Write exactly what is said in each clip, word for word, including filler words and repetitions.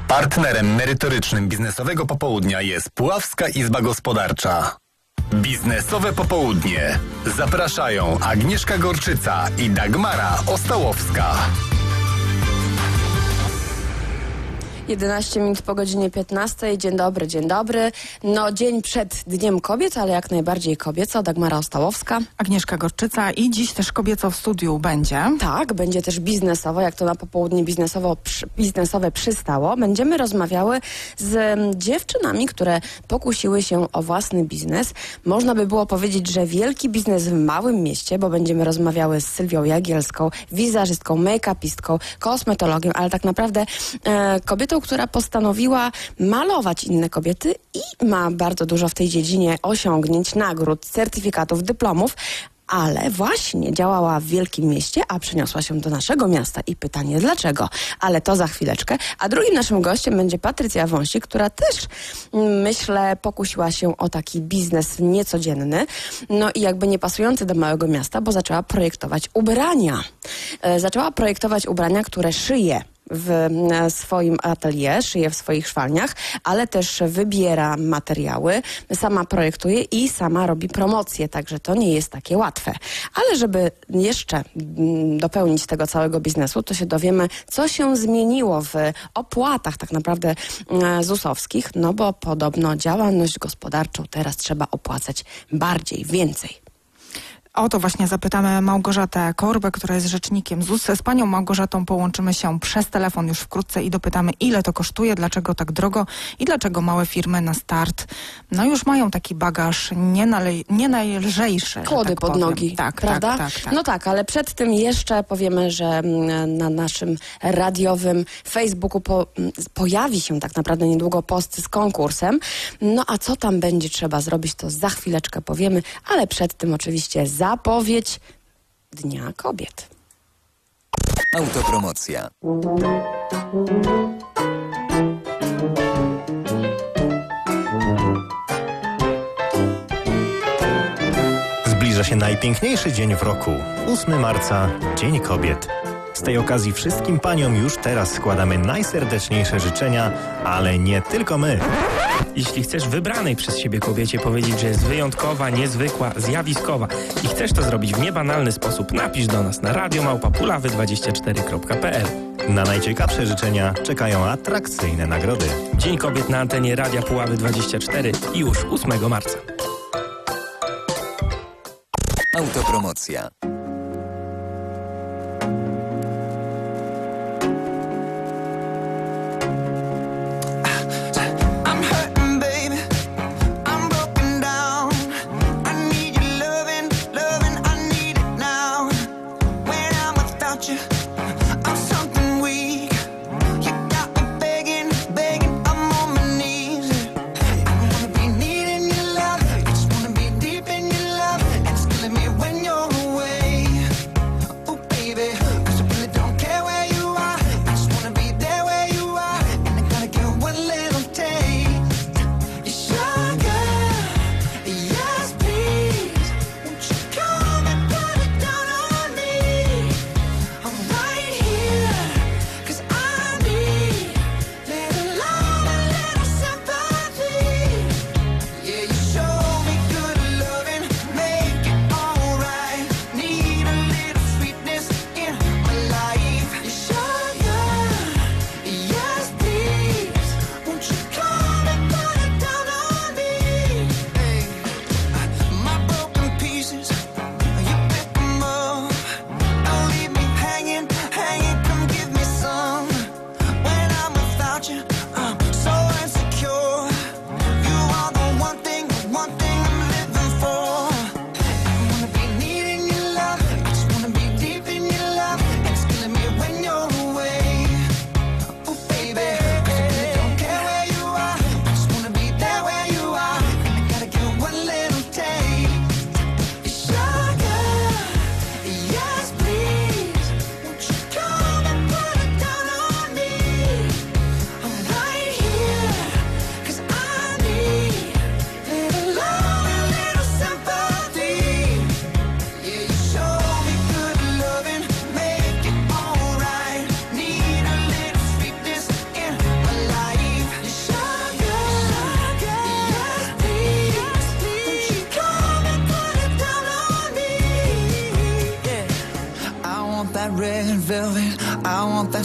Partnerem merytorycznym Biznesowego Popołudnia jest Puławska Izba Gospodarcza. Biznesowe Popołudnie. Zapraszają Agnieszka Gorczyca i Dagmara Ostałowska. jedenaście minut po godzinie piętnastej. Dzień dobry, dzień dobry. No, dzień przed Dniem Kobiet, ale jak najbardziej kobieco. Dagmara Ostałowska. Agnieszka Gorczyca i dziś też kobieco w studiu będzie. Tak, będzie też biznesowo, jak to na popołudnie biznesowo, przy, biznesowe przystało. Będziemy rozmawiały z dziewczynami, które pokusiły się o własny biznes. Można by było powiedzieć, że wielki biznes w małym mieście, bo będziemy rozmawiały z Sylwią Jagielską, wizerzystką, make-upistką, kosmetologiem, ale tak naprawdę e, kobietą, która postanowiła malować inne kobiety i ma bardzo dużo w tej dziedzinie osiągnięć, nagród, certyfikatów, dyplomów, ale właśnie działała w wielkim mieście, a przeniosła się do naszego miasta i pytanie dlaczego, ale to za chwileczkę. A drugim naszym gościem będzie Patrycja Wąsik, która też, myślę, pokusiła się o taki biznes niecodzienny, no i jakby nie pasujący do małego miasta, bo zaczęła projektować ubrania. E, zaczęła projektować ubrania, które szyje w swoim atelier, szyje w swoich szwalniach, ale też wybiera materiały, sama projektuje i sama robi promocję, także to nie jest takie łatwe. Ale żeby jeszcze dopełnić tego całego biznesu, to się dowiemy, co się zmieniło w opłatach tak naprawdę zusowskich, no bo podobno działalność gospodarczą teraz trzeba opłacać bardziej, więcej. O to właśnie zapytamy Małgorzatę Korbę, która jest rzecznikiem Z U S. Z panią Małgorzatą połączymy się przez telefon już wkrótce i dopytamy, ile to kosztuje, dlaczego tak drogo i dlaczego małe firmy na start no już mają taki bagaż nie, nale- nie najlżejszy. Kłody tak pod powiem. nogi, tak, prawda? Tak, tak, tak. No tak, ale przed tym jeszcze powiemy, że na naszym radiowym Facebooku po, pojawi się tak naprawdę niedługo post z konkursem. No a co tam będzie trzeba zrobić, to za chwileczkę powiemy, ale przed tym oczywiście zapowiedź Dnia Kobiet. Autopromocja. Zbliża się najpiękniejszy dzień w roku. ósmego marca, Dzień Kobiet. Z tej okazji wszystkim paniom już teraz składamy najserdeczniejsze życzenia, ale nie tylko my. Jeśli chcesz wybranej przez siebie kobiecie powiedzieć, że jest wyjątkowa, niezwykła, zjawiskowa i chcesz to zrobić w niebanalny sposób, napisz do nas na radio małpa puławy dwadzieścia cztery kropka p l. Na najciekawsze życzenia czekają atrakcyjne nagrody. Dzień Kobiet na antenie Radia Puławy dwadzieścia cztery już ósmego marca. Autopromocja.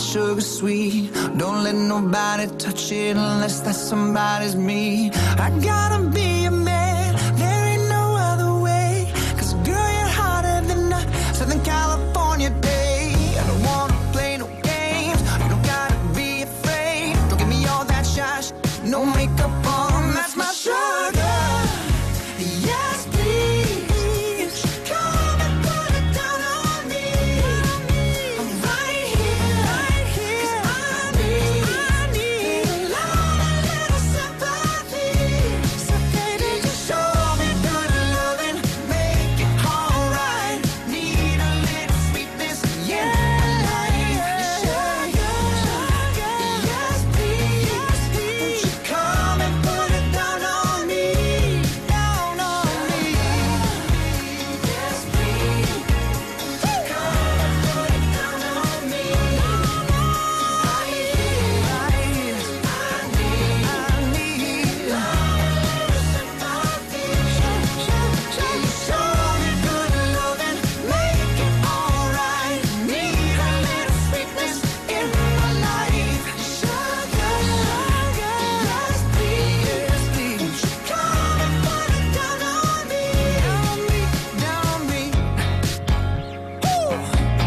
sugar sweet. Don't let nobody touch it unless that somebody's me. I gotta be a man, there ain't no other way. Cause girl, you're hotter than a Southern California day. I don't wanna play no games, you don't gotta be afraid. Don't give me all that shush, no makeup on, that's my sugar. Yes, please, come and put it down on me. I'm right here, right here. 'Cause I need, I need a lot, a little sympathy. So baby, just show me good loving, make it alright. Need a little sweetness, yeah, life. Sugar, sugar, yes, please, won't you come and put it down on me, down on me. Yes, please, come and put it down on me. I need, I need, I need, I need a little sympathy. Show me good loving, make it alright. Need a little sweetness in my life. Sugar, sugar, yes, please, please. Won't you come and put it down on me, down me, down me. Woo!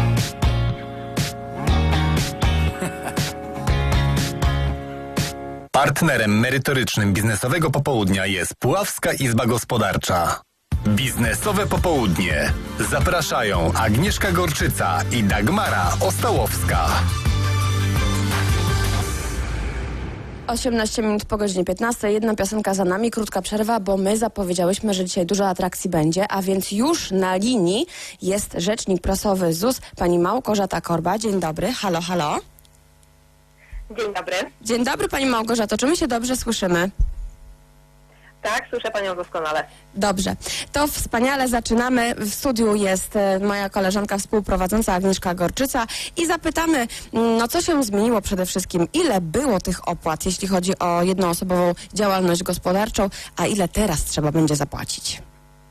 Partnerem merytorycznym biznesowego popołudnia jest Puławska Izba Gospodarcza. Biznesowe popołudnie. Zapraszają Agnieszka Gorczyca i Dagmara Ostałowska. osiemnaście minut po godzinie piętnastej, jedna piosenka za nami, krótka przerwa, bo my zapowiedziałyśmy, że dzisiaj dużo atrakcji będzie, a więc już na linii jest rzecznik prasowy Z U S, pani Małgorzata Korba. Dzień dobry, halo, halo. Dzień dobry. Dzień dobry, pani Małgorzato, czy my się dobrze słyszymy? Tak, słyszę Panią doskonale. Dobrze, to wspaniale zaczynamy. W studiu jest e, moja koleżanka współprowadząca Agnieszka Gorczyca i zapytamy, mm, no co się zmieniło przede wszystkim, ile było tych opłat, jeśli chodzi o jednoosobową działalność gospodarczą, a ile teraz trzeba będzie zapłacić?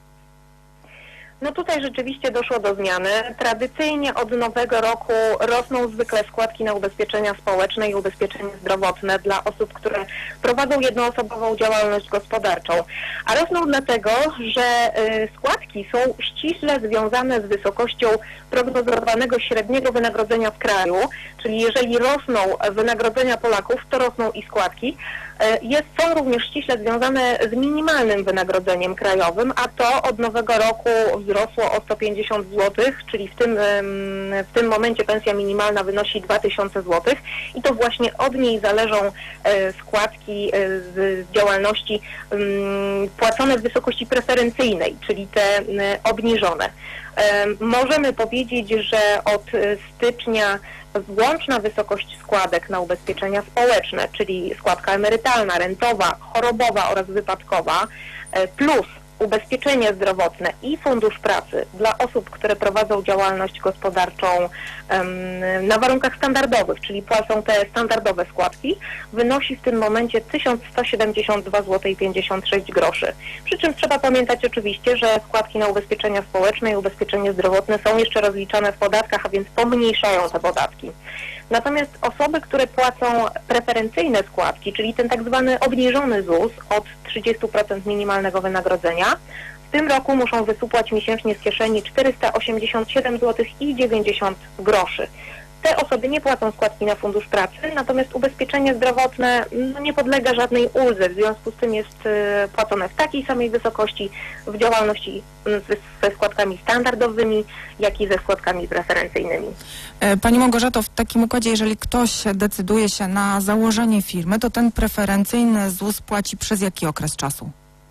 No tutaj rzeczywiście doszło do zmiany. Tradycyjnie od nowego roku rosną zwykle składki na ubezpieczenia społeczne i ubezpieczenie zdrowotne dla osób, które prowadzą jednoosobową działalność gospodarczą. A rosną dlatego, że y, składki są ściśle związane z wysokością prognozowanego średniego wynagrodzenia w kraju, czyli jeżeli rosną wynagrodzenia Polaków, to rosną i składki. Jest, są również ściśle związane z minimalnym wynagrodzeniem krajowym, a to od nowego roku wzrosło o sto pięćdziesiąt złotych, czyli w tym, w tym momencie pensja minimalna wynosi dwa tysiące złotych i to właśnie od niej zależą składki z działalności płacone w wysokości preferencyjnej, czyli te obniżone. Możemy powiedzieć, że od stycznia łączna wysokość składek na ubezpieczenia społeczne, czyli składka emerytalna, rentowa, chorobowa oraz wypadkowa, plus ubezpieczenie zdrowotne i fundusz pracy dla osób, które prowadzą działalność gospodarczą um, na warunkach standardowych, czyli płacą te standardowe składki, wynosi w tym momencie tysiąc sto siedemdziesiąt dwa złote pięćdziesiąt sześć groszy. Przy czym trzeba pamiętać oczywiście, że składki na ubezpieczenia społeczne i ubezpieczenie zdrowotne są jeszcze rozliczane w podatkach, a więc pomniejszają te podatki. Natomiast osoby, które płacą preferencyjne składki, czyli ten tak zwany obniżony Z U S od trzydzieści procent minimalnego wynagrodzenia, w tym roku muszą wysupłać miesięcznie z kieszeni czterysta osiemdziesiąt siedem złotych dziewięćdziesiąt groszy. Te osoby nie płacą składki na fundusz pracy, natomiast ubezpieczenie zdrowotne no, nie podlega żadnej uldze, w związku z tym jest y, płacone w takiej samej wysokości w działalności y, ze składkami standardowymi, jak i ze składkami preferencyjnymi. Pani Małgorzato, w takim układzie, jeżeli ktoś decyduje się na założenie firmy, to ten preferencyjny Z U S płaci przez jaki okres czasu?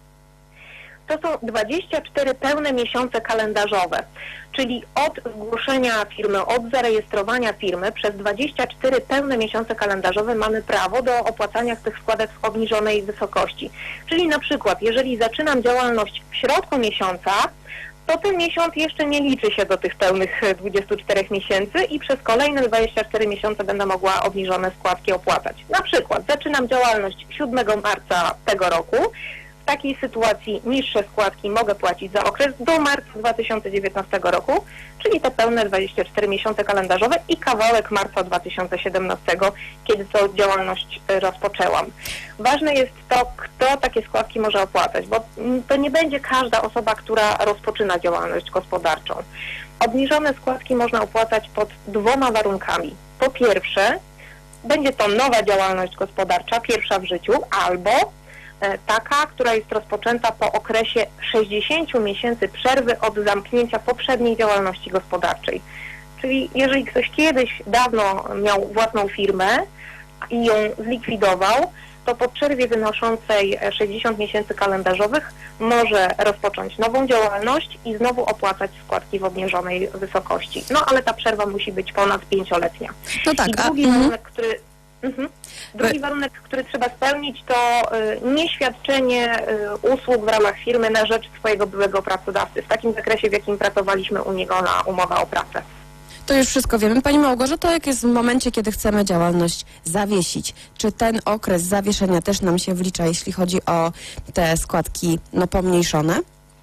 To są dwadzieścia cztery pełne miesiące kalendarzowe, czyli od zgłoszenia firmy, od zarejestrowania firmy przez dwadzieścia cztery pełne miesiące kalendarzowe mamy prawo do opłacania tych składek w obniżonej wysokości. Czyli na przykład, jeżeli zaczynam działalność w środku miesiąca, to ten miesiąc jeszcze nie liczy się do tych pełnych dwudziestu czterech miesięcy i przez kolejne dwadzieścia cztery miesiące będę mogła obniżone składki opłacać. Na przykład zaczynam działalność siódmego marca tego roku, w takiej sytuacji niższe składki mogę płacić za okres do marca dwa tysiące dziewiętnastego roku, czyli te pełne dwadzieścia cztery miesiące kalendarzowe i kawałek marca dwa tysiące siedemnastego, kiedy tą działalność rozpoczęłam. Ważne jest to, kto takie składki może opłacać, bo to nie będzie każda osoba, która rozpoczyna działalność gospodarczą. Obniżone składki można opłacać pod dwoma warunkami. Po pierwsze, będzie to nowa działalność gospodarcza, pierwsza w życiu, albo taka, która jest rozpoczęta po okresie sześćdziesięciu miesięcy przerwy od zamknięcia poprzedniej działalności gospodarczej. Czyli jeżeli ktoś kiedyś dawno miał własną firmę i ją zlikwidował, to po przerwie wynoszącej sześćdziesiąt miesięcy kalendarzowych może rozpocząć nową działalność i znowu opłacać składki w obniżonej wysokości. No ale ta przerwa musi być ponad pięcioletnia. No tak, I drugi a, warunek, który... Mhm. Drugi warunek, który trzeba spełnić, to y, nieświadczenie y, usług w ramach firmy na rzecz swojego byłego pracodawcy w takim zakresie, w jakim pracowaliśmy u niego na umowę o pracę. To już wszystko wiemy. Pani Małgorzato, jak jest w momencie, kiedy chcemy działalność zawiesić? Czy ten okres zawieszenia też nam się wlicza, jeśli chodzi o te składki no, pomniejszone?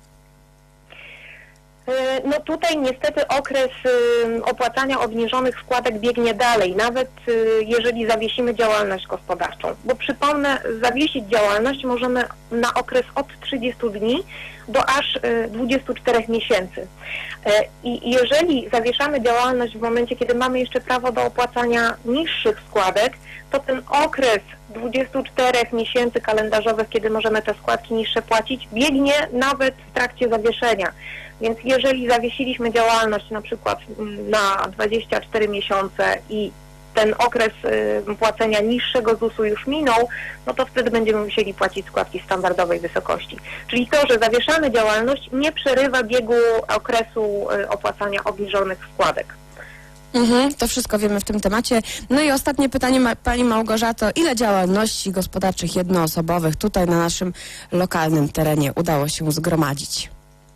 No tutaj niestety okres y, opłacania obniżonych składek biegnie dalej, nawet y, jeżeli zawiesimy działalność gospodarczą. Bo przypomnę, zawiesić działalność możemy na okres od trzydziestu dni do aż y, dwudziestu czterech miesięcy. Y, I jeżeli zawieszamy działalność w momencie, kiedy mamy jeszcze prawo do opłacania niższych składek, to ten okres dwudziestu czterech miesięcy kalendarzowych, kiedy możemy te składki niższe płacić, biegnie nawet w trakcie zawieszenia. Więc jeżeli zawiesiliśmy działalność na przykład na dwadzieścia cztery miesiące i ten okres y, płacenia niższego zusu już minął, no to wtedy będziemy musieli płacić składki w standardowej wysokości. Czyli to, że zawieszamy działalność, nie przerywa biegu okresu y, opłacania obniżonych składek. Mhm, to wszystko wiemy w tym temacie. No i ostatnie pytanie, ma, Pani Małgorzato. Ile działalności gospodarczych jednoosobowych tutaj na naszym lokalnym terenie udało się zgromadzić?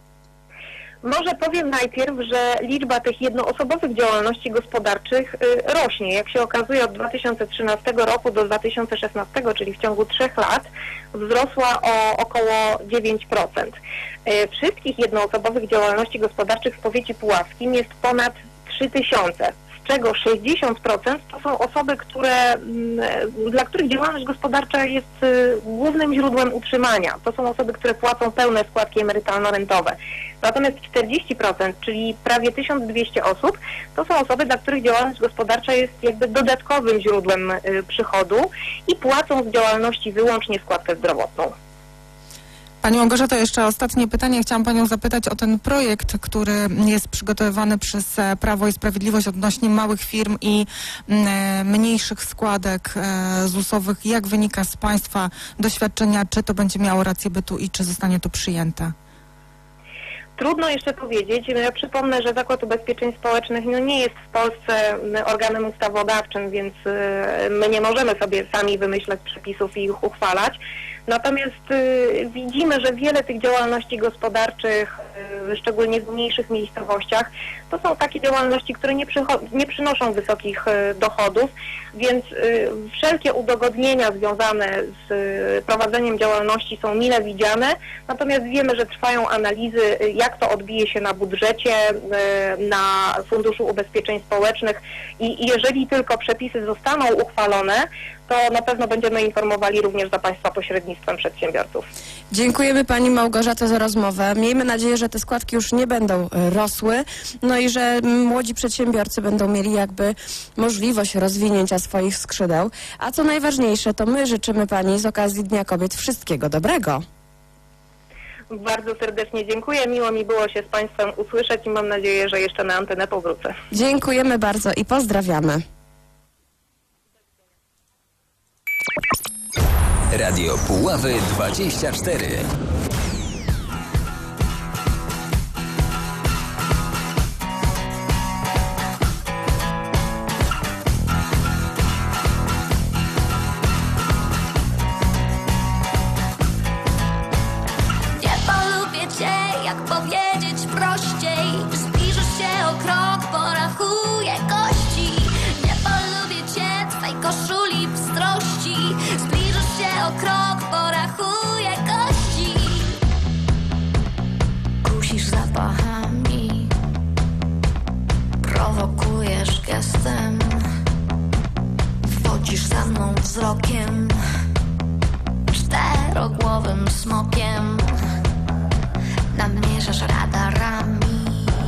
Może powiem najpierw, że liczba tych jednoosobowych działalności gospodarczych y, rośnie. Jak się okazuje, od dwa tysiące trzynastego roku do dwa tysiące szesnastego, czyli w ciągu trzech lat, wzrosła o około dziewięć procent. Y, wszystkich jednoosobowych działalności gospodarczych w powiecie puławskim jest ponad trzy tysiące. Z czego sześćdziesiąt procent to są osoby, które, dla których działalność gospodarcza jest głównym źródłem utrzymania. To są osoby, które płacą pełne składki emerytalno-rentowe. Natomiast czterdzieści procent, czyli prawie tysiąc dwieście osób, to są osoby, dla których działalność gospodarcza jest jakby dodatkowym źródłem przychodu i płacą z działalności wyłącznie składkę zdrowotną. Pani Małgorzato, jeszcze ostatnie pytanie. Chciałam Panią zapytać o ten projekt, który jest przygotowywany przez Prawo i Sprawiedliwość odnośnie małych firm i e, mniejszych składek e, zusowych. Jak wynika z Państwa doświadczenia, czy to będzie miało rację bytu i czy zostanie to przyjęte? Trudno jeszcze powiedzieć. Ja przypomnę, że Zakład Ubezpieczeń Społecznych no, nie jest w Polsce organem ustawodawczym, więc my nie możemy sobie sami wymyślać przepisów i ich uchwalać. Natomiast y, widzimy, że wiele tych działalności gospodarczych, y, szczególnie w mniejszych miejscowościach, to są takie działalności, które nie, nie przynoszą wysokich y, dochodów, więc y, wszelkie udogodnienia związane z y, prowadzeniem działalności są mile widziane, natomiast wiemy, że trwają analizy, y, jak to odbije się na budżecie, y, na Funduszu Ubezpieczeń Społecznych i, i jeżeli tylko przepisy zostaną uchwalone, to na pewno będziemy informowali również za Państwa pośrednictwem przedsiębiorców. Dziękujemy Pani Małgorzato za rozmowę. Miejmy nadzieję, że te składki już nie będą rosły, no i że młodzi przedsiębiorcy będą mieli jakby możliwość rozwinięcia swoich skrzydeł. A co najważniejsze, to my życzymy Pani z okazji Dnia Kobiet wszystkiego dobrego. Bardzo serdecznie dziękuję. Miło mi było się z Państwem usłyszeć i mam nadzieję, że jeszcze na antenę powrócę. Dziękujemy bardzo i pozdrawiamy. Radio Puławy dwadzieścia cztery. Nie polubię cię, jak powiedzieć prościej. Zbliżysz się o krok, porachuję kości. Nie polubię cię, twej koszuli bzdrości. Zbliżysz się o krok, porachuję kości. wzrokiem, czterogłowym smokiem. Namierzasz radarami,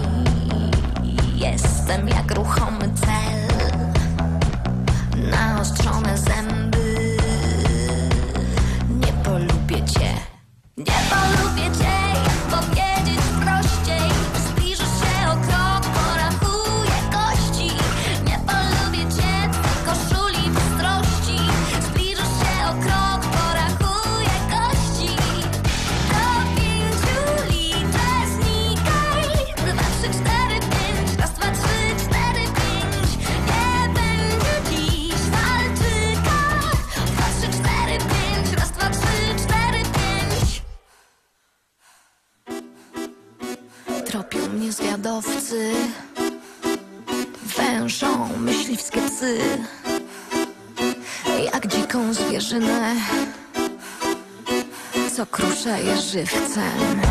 jestem jak ruchomy cel. Naostrzone zęby, nie polubię cię. Nie polubię cię, jak powiedzieć prościej. Zbliżysz się o krok, porachuję kości. Nie polubię cię, twojej koszuli bystrości. Zbliżysz się o krok, porachuję kości. Do pięciu liczę, znikaj. Dwa, trzy, cztery, pięć. Raz, dwa, trzy, cztery, pięć. Nie będzie dziś walczyka. Dwa, trzy, cztery, pięć. Raz, dwa, trzy, cztery, pięć. Tropią mnie zwiadowcy, wężą myśliwskie psy, jak dziką zwierzynę, co kruszeje żywcem.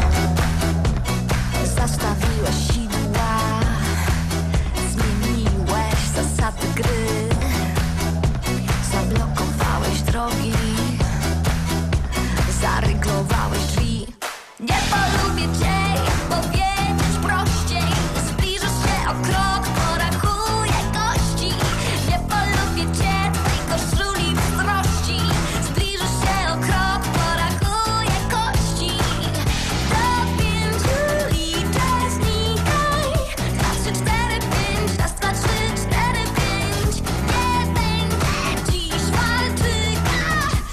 Zastawiłeś sidła, zmieniłeś zasady gry, zablokowałeś drogi, zaryglowałeś drzwi. Nie polubię cię, jak powiedzieć prościej. Zbliżysz się o krok, porachuję kości. Nie polubię cię, twojej koszuli bystrości. Zbliżysz się o krok, porachuję kości. Do pięciu liczę, znikaj. Dwa, trzy, cztery, pięć. Raz, dwa, trzy, cztery, pięć. Nie będzie dziś walczyka.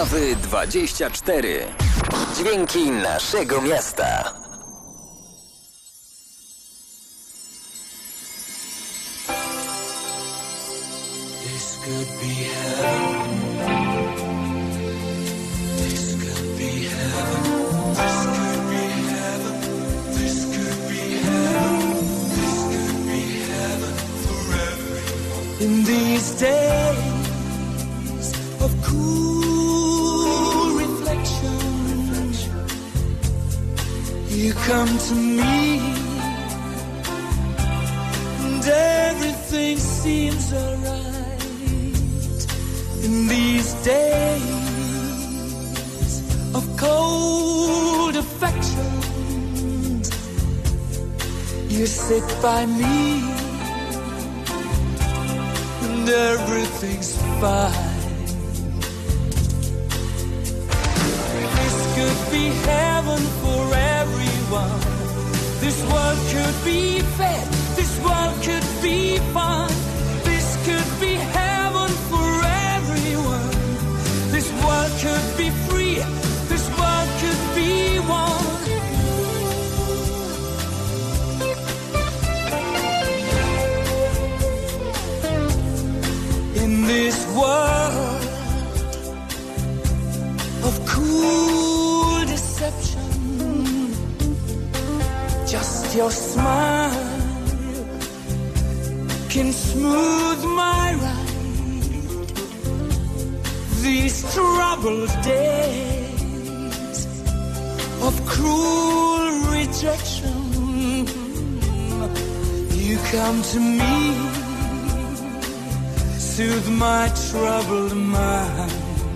Puławy dwadzieścia cztery. Dźwięki naszego miasta. This could be heaven. This could be heaven. This could be heaven. This could be heaven. This could be heaven for everyone. In these days of cool reflection, you come to me, and everything seems alright. In these days of cold affection, you sit by me, and everything's fine. This could be heaven for everyone. This world could be fair. This world could be fun. This could be heaven for everyone. This world could be free. This world could be one. In this world of cool deception, just your smile can smooth my ride. These troubled days of cruel rejection, you come to me, soothe my troubled mind.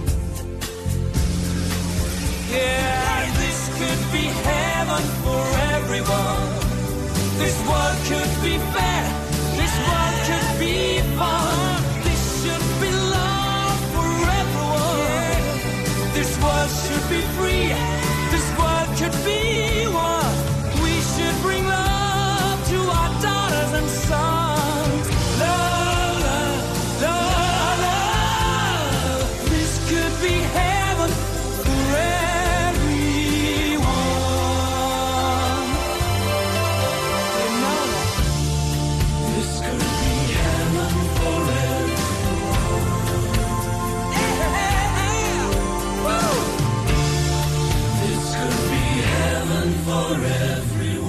Yeah, this could be heaven for everyone. This world could be fair. This world could be fun. This should be love for everyone. This world should be free. This world could be one. We should bring love to our daughters and sons. Love, love, love, love. This could be heaven for everyone. You know that. This could be heaven for everyone. Yeah. Woo. This could be heaven for everyone.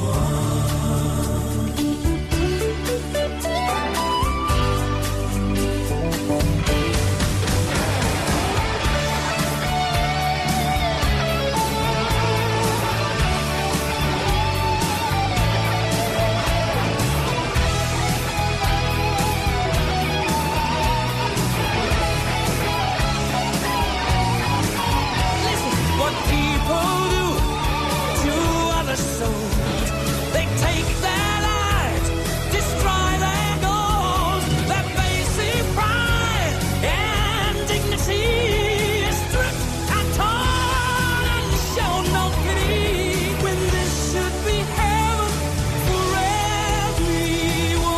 Listen, what people do to other souls, they take their lives, destroy their goals, their basic pride and dignity is stripped and torn and show no pity, when this should be heaven for everyone.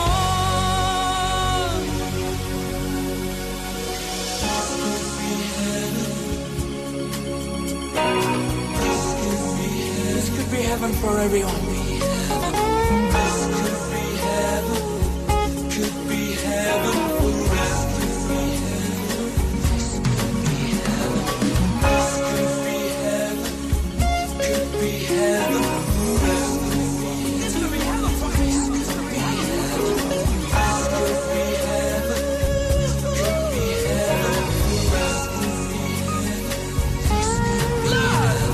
This could be heaven for everyone. This could be heaven. Could be heaven for everyone. This could be heaven. This could be heaven. Could be heaven for everyone. This could be heaven for everyone. This could be heaven. This could be heaven. Could be heaven for everyone. This could be heaven.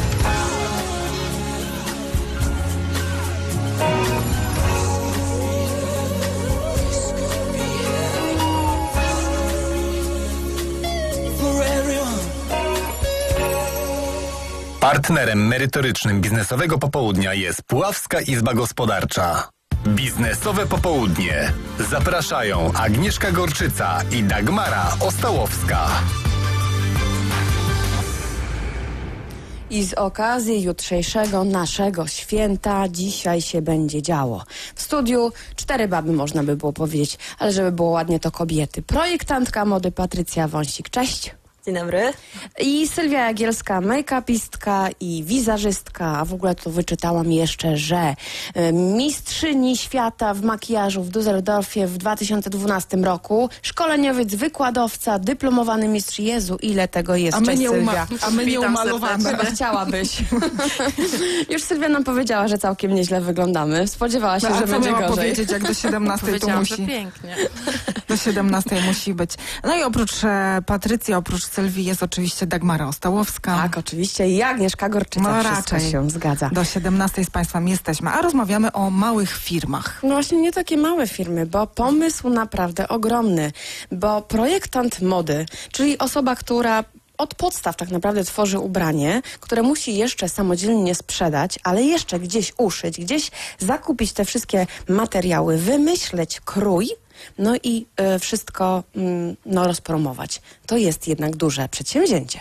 For everyone. Partnerem merytorycznym biznesowego popołudnia jest Puławska Izba Gospodarcza. Biznesowe popołudnie. Zapraszają Agnieszka Gorczyca i Dagmara Ostałowska. I z okazji jutrzejszego naszego święta dzisiaj się będzie działo. W studiu cztery baby, można by było powiedzieć, ale żeby było ładnie, to kobiety. Projektantka mody Patrycja Wąsik. Cześć. Dzień dobry. I Sylwia Jagielska, make-upistka i wizerzystka, a w ogóle tu wyczytałam jeszcze, że y, mistrzyni świata w makijażu w Düsseldorfie w dwa tysiące dwunastym roku, szkoleniowiec, wykładowca, dyplomowany mistrz. Jezu, ile tego jest. A my Cześć, nie, uma- Sylwia. a my nie Witam umalowane. serdecznie. Chyba chciałabyś. Już Sylwia nam powiedziała, że całkiem nieźle wyglądamy. Spodziewała się, No, a że co będzie miała gorzej. powiedzieć, jak do siedemnastej to Powiedziałam, musi. że pięknie. Do siedemnastej musi być. No i oprócz e, Patrycji, oprócz Sylwii jest oczywiście Dagmara Ostałowska. Tak, oczywiście. I Agnieszka Gorczyca. No Wszystko raczej. się zgadza. Do siedemnastej z Państwem jesteśmy, a rozmawiamy o małych firmach. No właśnie nie takie małe firmy, bo pomysł naprawdę ogromny, bo projektant mody, czyli osoba, która od podstaw tak naprawdę tworzy ubranie, które musi jeszcze samodzielnie sprzedać, ale jeszcze gdzieś uszyć, gdzieś zakupić te wszystkie materiały, wymyśleć krój, no i y, wszystko mm, no, rozpromować. To jest jednak duże przedsięwzięcie.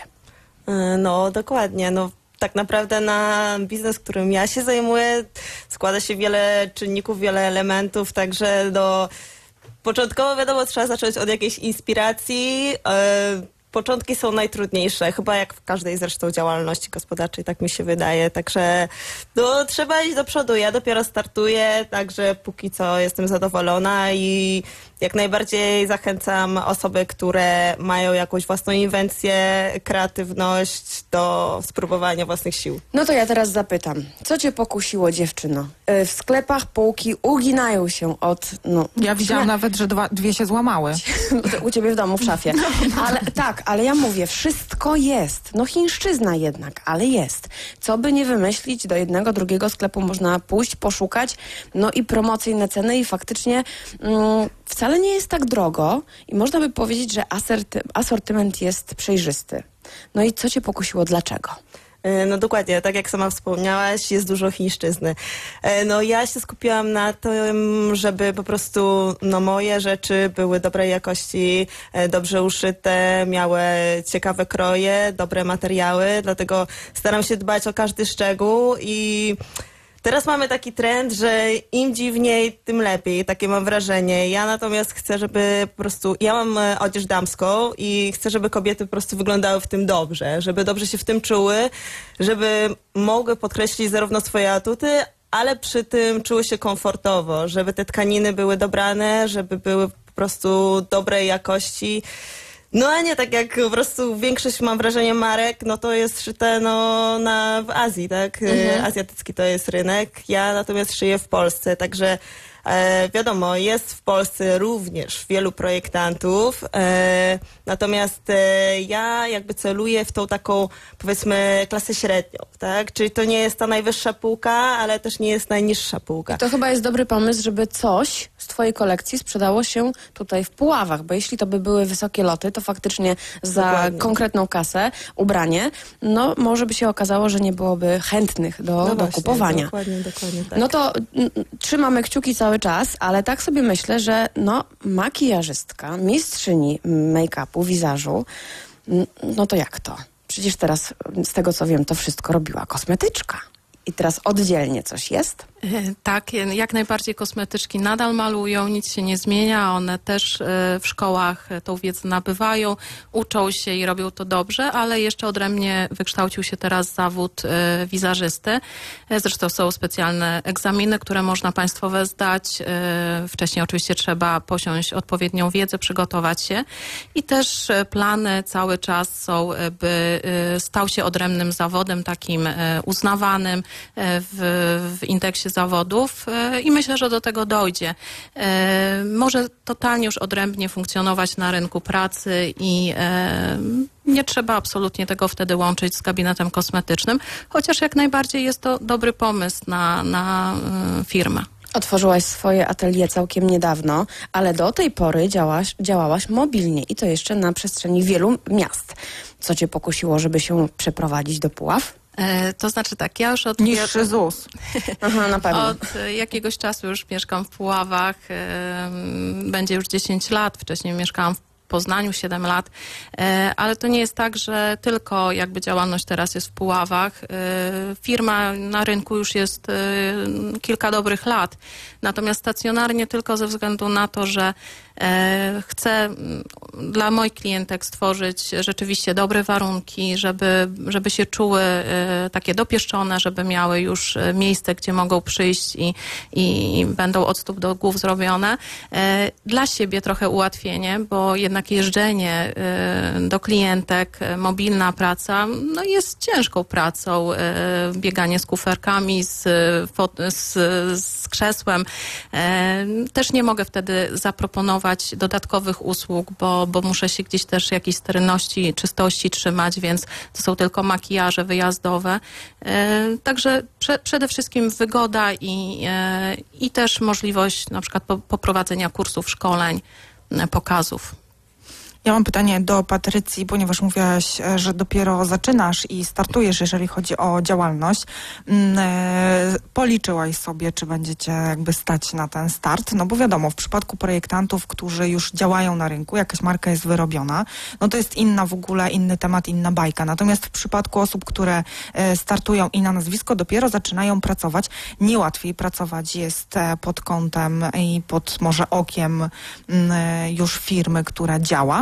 No, dokładnie. No, tak naprawdę na biznes, którym ja się zajmuję, składa się wiele czynników, wiele elementów, także do... Początkowo wiadomo, trzeba zacząć od jakiejś inspiracji. e, Początki są najtrudniejsze, chyba jak w każdej zresztą działalności gospodarczej, tak mi się wydaje. Także no, trzeba iść do przodu. Ja dopiero startuję, także póki co jestem zadowolona i jak najbardziej zachęcam osoby, które mają jakąś własną inwencję, kreatywność do spróbowania własnych sił. No to ja teraz zapytam, co cię pokusiło, dziewczyno? Y, w sklepach półki uginają się od... No, Ja widziałam nawet, że dwa, dwie się złamały. u ciebie w domu, w szafie. Ale tak, ale ja mówię, wszystko jest. No chińszczyzna jednak, ale jest. Co by nie wymyślić, do jednego, drugiego sklepu można pójść, poszukać, no i promocyjne ceny i faktycznie mm, wcale nie jest tak drogo i można by powiedzieć, że asorty, asortyment jest przejrzysty. No i co cię pokusiło, dlaczego? No dokładnie, tak jak sama wspomniałaś, jest dużo chińszczyzny. No ja się skupiłam na tym, żeby po prostu no, moje rzeczy były dobrej jakości, dobrze uszyte, miały ciekawe kroje, dobre materiały, dlatego staram się dbać o każdy szczegół i teraz mamy taki trend, że im dziwniej, tym lepiej. Takie mam wrażenie. Ja natomiast chcę, żeby po prostu... Ja mam e, odzież damską i chcę, żeby kobiety po prostu wyglądały w tym dobrze. Żeby dobrze się w tym czuły. Żeby mogły podkreślić zarówno swoje atuty, ale przy tym czuły się komfortowo. Żeby te tkaniny były dobrane, żeby były po prostu dobrej jakości. No a nie tak jak po prostu większość, mam wrażenie, marek, no to jest szyte no, na, w Azji, tak? Mhm. Azjatycki to jest rynek. Ja natomiast szyję w Polsce, także e, wiadomo, jest w Polsce również wielu projektantów, e, natomiast e, ja jakby celuję w tą taką, powiedzmy, klasę średnią, tak? Czyli to nie jest ta najwyższa półka, ale też nie jest najniższa półka. To chyba jest dobry pomysł, żeby coś z twojej kolekcji sprzedało się tutaj w Puławach, bo jeśli to by były wysokie loty, to faktycznie za Dokładnie. konkretną kasę, ubranie, no może by się okazało, że nie byłoby chętnych do, No do właśnie, kupowania. Dokładnie, dokładnie tak. No to mm, trzymamy kciuki cały czas, ale tak sobie myślę, że no makijażystka, mistrzyni make-upu, wizażu, mm, no to jak to? Przecież teraz, z tego co wiem, to wszystko robiła kosmetyczka. I teraz oddzielnie coś jest? Tak, jak najbardziej kosmetyczki nadal malują, nic się nie zmienia, one też w szkołach tą wiedzę nabywają, uczą się i robią to dobrze, ale jeszcze odrębnie wykształcił się teraz zawód wizerzysty. Zresztą są specjalne egzaminy, które można państwowe zdać. Wcześniej oczywiście trzeba posiąść odpowiednią wiedzę, przygotować się i też plany cały czas są, by stał się odrębnym zawodem, takim uznawanym w, w indeksie zawodów i myślę, że do tego dojdzie. Może totalnie już odrębnie funkcjonować na rynku pracy i nie trzeba absolutnie tego wtedy łączyć z gabinetem kosmetycznym, chociaż jak najbardziej jest to dobry pomysł na, na firmę. Otworzyłaś swoje atelier całkiem niedawno, ale do tej pory działaś, działałaś mobilnie i to jeszcze na przestrzeni wielu miast. Co cię pokusiło, żeby się przeprowadzić do Puław? E, to znaczy tak, ja już od... Niższy ZUS. Aha, na pewno. Od jakiegoś czasu już mieszkam w Puławach, e, będzie już dziesięć lat, wcześniej mieszkałam w Poznaniu siedem lat, ale to nie jest tak, że tylko jakby działalność teraz jest w Puławach. Firma na rynku już jest kilka dobrych lat, natomiast stacjonarnie tylko ze względu na to, że E, chcę mm, dla moich klientek stworzyć rzeczywiście dobre warunki, żeby, żeby się czuły e, takie dopieszczone, żeby miały już e, miejsce, gdzie mogą przyjść i, i będą od stóp do głów zrobione. E, dla siebie trochę ułatwienie, bo jednak jeżdżenie e, do klientek, e, mobilna praca, no jest ciężką pracą. E, bieganie z kuferkami, z, fo- z, z krzesłem. E, też nie mogę wtedy zaproponować dodatkowych usług, bo, bo muszę się gdzieś też jakiejś sterylności, czystości trzymać, więc to są tylko makijaże wyjazdowe. E, także prze, przede wszystkim wygoda i, e, i też możliwość na przykład po, poprowadzenia kursów, szkoleń, e, pokazów. Ja mam pytanie do Patrycji, ponieważ mówiłaś, e, że dopiero zaczynasz i startujesz, jeżeli chodzi o działalność. Mm, e, Policzyłaś sobie, czy będziecie jakby stać na ten start? No bo wiadomo, w przypadku projektantów, którzy już działają na rynku, jakaś marka jest wyrobiona, no to jest inna w ogóle, inny temat, inna bajka. Natomiast w przypadku osób, które e, startują i na nazwisko dopiero zaczynają pracować, niełatwiej pracować jest e, pod kątem i pod może okiem mm, e, już firmy, która działa.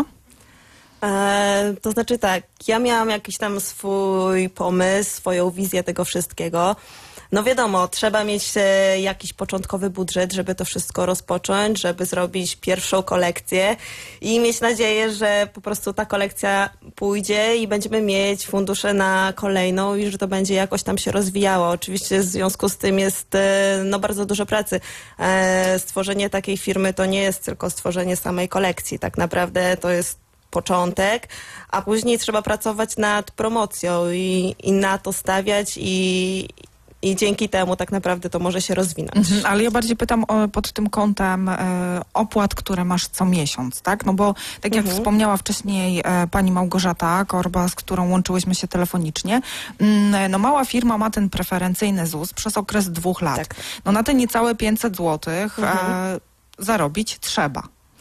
E, to znaczy tak, ja miałam jakiś tam swój pomysł, swoją wizję tego wszystkiego. No wiadomo, trzeba mieć e, jakiś początkowy budżet, żeby to wszystko rozpocząć, żeby zrobić pierwszą kolekcję i mieć nadzieję, że po prostu ta kolekcja pójdzie i będziemy mieć fundusze na kolejną i że to będzie jakoś tam się rozwijało. Oczywiście w związku z tym jest e, no bardzo dużo pracy. E, stworzenie takiej firmy to nie jest tylko stworzenie samej kolekcji. Tak naprawdę to jest początek, a później trzeba pracować nad promocją i, i na to stawiać i, i dzięki temu tak naprawdę to może się rozwinąć. Mhm, ale ja bardziej pytam o, pod tym kątem e, opłat, które masz co miesiąc, tak? No bo tak jak Mhm. wspomniała wcześniej e, pani Małgorzata Korba, z którą łączyłyśmy się telefonicznie, mm, no mała firma ma ten preferencyjny ZUS przez okres dwóch lat. Tak. No na te niecałe pięćset złotych Mhm. e, zarobić trzeba.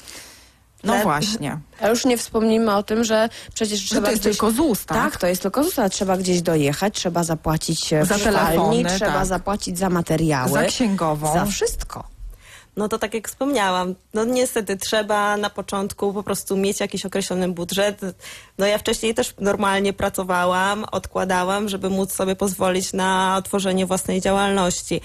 No Ale- właśnie. A już nie wspomnimy o tym, że przecież Że trzeba to jest gdzieś... tylko ZUS, tak? Tak, to jest tylko ZUS, ale trzeba gdzieś dojechać, trzeba zapłacić e, Za w szwalni, telefony, trzeba tak. zapłacić za materiały. Za księgową. Za wszystko. No to tak jak wspomniałam, no niestety trzeba na początku po prostu mieć jakiś określony budżet. No ja wcześniej też normalnie pracowałam, odkładałam, żeby móc sobie pozwolić na otworzenie własnej działalności.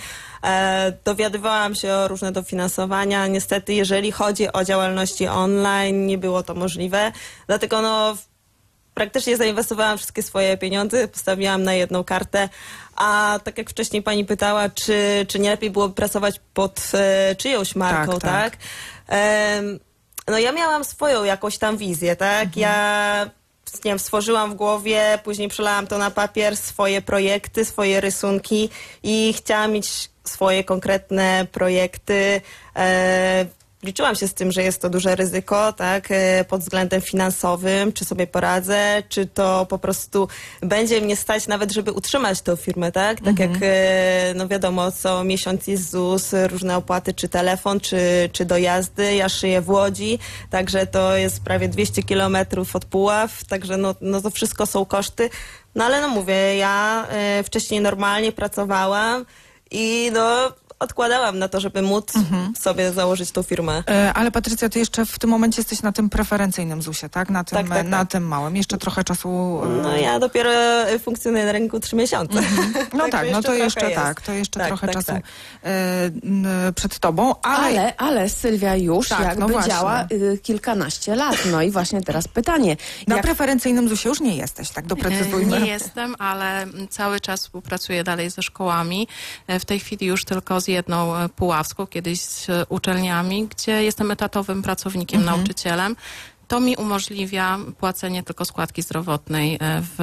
E, dowiadywałam się o różne dofinansowania. Niestety, jeżeli chodzi o działalności online, nie było to możliwe. Dlatego no praktycznie zainwestowałam wszystkie swoje pieniądze, postawiłam na jedną kartę, a tak jak wcześniej pani pytała, czy, czy nie lepiej byłoby pracować pod e, czyjąś marką, Tak, tak? tak. Em, no ja miałam swoją jakąś tam wizję, tak? Ja nie wiem, stworzyłam w głowie, później przelałam to na papier, swoje projekty, swoje rysunki i chciałam mieć swoje konkretne projekty. E, Liczyłam się z tym, że jest to duże ryzyko, tak, e, pod względem finansowym, czy sobie poradzę, czy to po prostu będzie mnie stać nawet, żeby utrzymać tą firmę, tak? Tak jak, e, no wiadomo, co miesiąc jest ZUS, różne opłaty, czy telefon, czy, czy dojazdy. Ja szyję w Łodzi, także to jest prawie dwieście kilometrów od Puław, także no, no to wszystko są koszty. No ale no mówię, ja e, wcześniej normalnie pracowałam i no odkładałam na to, żeby móc sobie założyć tą firmę. E, Ale Patrycja, ty jeszcze w tym momencie jesteś na tym preferencyjnym zusie, tak? Na tym, Tak, tak, na tak. tym małym. Jeszcze trochę czasu... e, No ja dopiero funkcjonuję na rynku trzy miesiące. No Także tak, no to trochę jeszcze jest. tak, to jeszcze Tak, trochę tak, czasu tak. e, n, przed tobą, ale... Ale, ale Sylwia już Tak, jakby no właśnie. działa y, kilkanaście lat. No i właśnie teraz pytanie. Na Jak preferencyjnym zusie już nie jesteś, tak doprecyzujmy. Nie jestem, ale cały czas współpracuję dalej ze szkołami. W tej chwili już tylko z jedną e, puławską, kiedyś z e, uczelniami, gdzie jestem etatowym pracownikiem, nauczycielem. To mi umożliwia płacenie tylko składki zdrowotnej e, w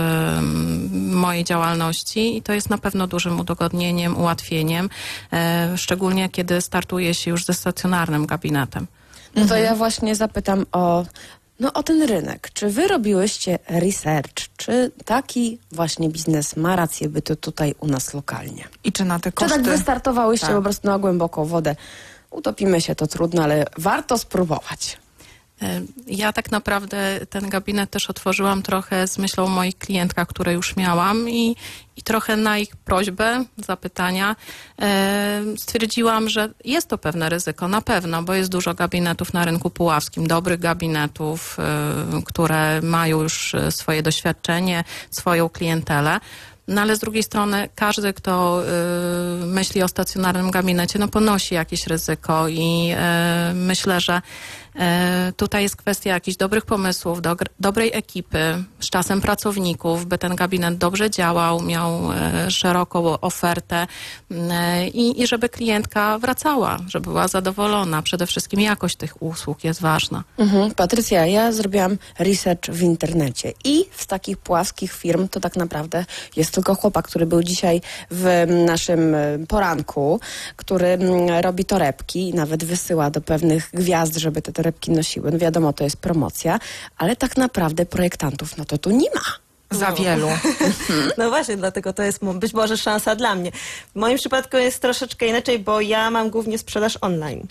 mm, mojej działalności i to jest na pewno dużym udogodnieniem, ułatwieniem, e, szczególnie kiedy startuje się już ze stacjonarnym gabinetem. No to ja właśnie zapytam o, no, o ten rynek. Czy wy robiłyście research? Czy taki właśnie biznes ma rację bytu tutaj u nas lokalnie? I czy na te Czy koszty... tak wystartowałyście Tak. po prostu na głęboką wodę? Utopimy się, to trudno, ale warto spróbować. Ja tak naprawdę ten gabinet też otworzyłam trochę z myślą o moich klientkach, które już miałam i, i trochę na ich prośbę, zapytania e, stwierdziłam, że jest to pewne ryzyko, na pewno, bo jest dużo gabinetów na rynku puławskim, dobrych gabinetów, e, które mają już swoje doświadczenie, swoją klientelę. No ale z drugiej strony każdy, kto y, myśli o stacjonarnym gabinecie, no ponosi jakieś ryzyko i y, myślę, że y, tutaj jest kwestia jakichś dobrych pomysłów, do, dobrej ekipy, z czasem pracowników, by ten gabinet dobrze działał, miał y, szeroką ofertę y, i żeby klientka wracała, żeby była zadowolona. Przede wszystkim jakość tych usług jest ważna. Mhm. Patrycja, ja zrobiłam research w internecie i z takich puławskich firm to tak naprawdę jest tylko chłopak, który był dzisiaj w naszym poranku, który robi torebki i nawet wysyła do pewnych gwiazd, żeby te torebki nosiły. No wiadomo, to jest promocja, ale tak naprawdę projektantów, no to tu nie ma. Za wielu. No właśnie, dlatego to jest być może szansa dla mnie. W moim przypadku jest troszeczkę inaczej, bo ja mam głównie sprzedaż online.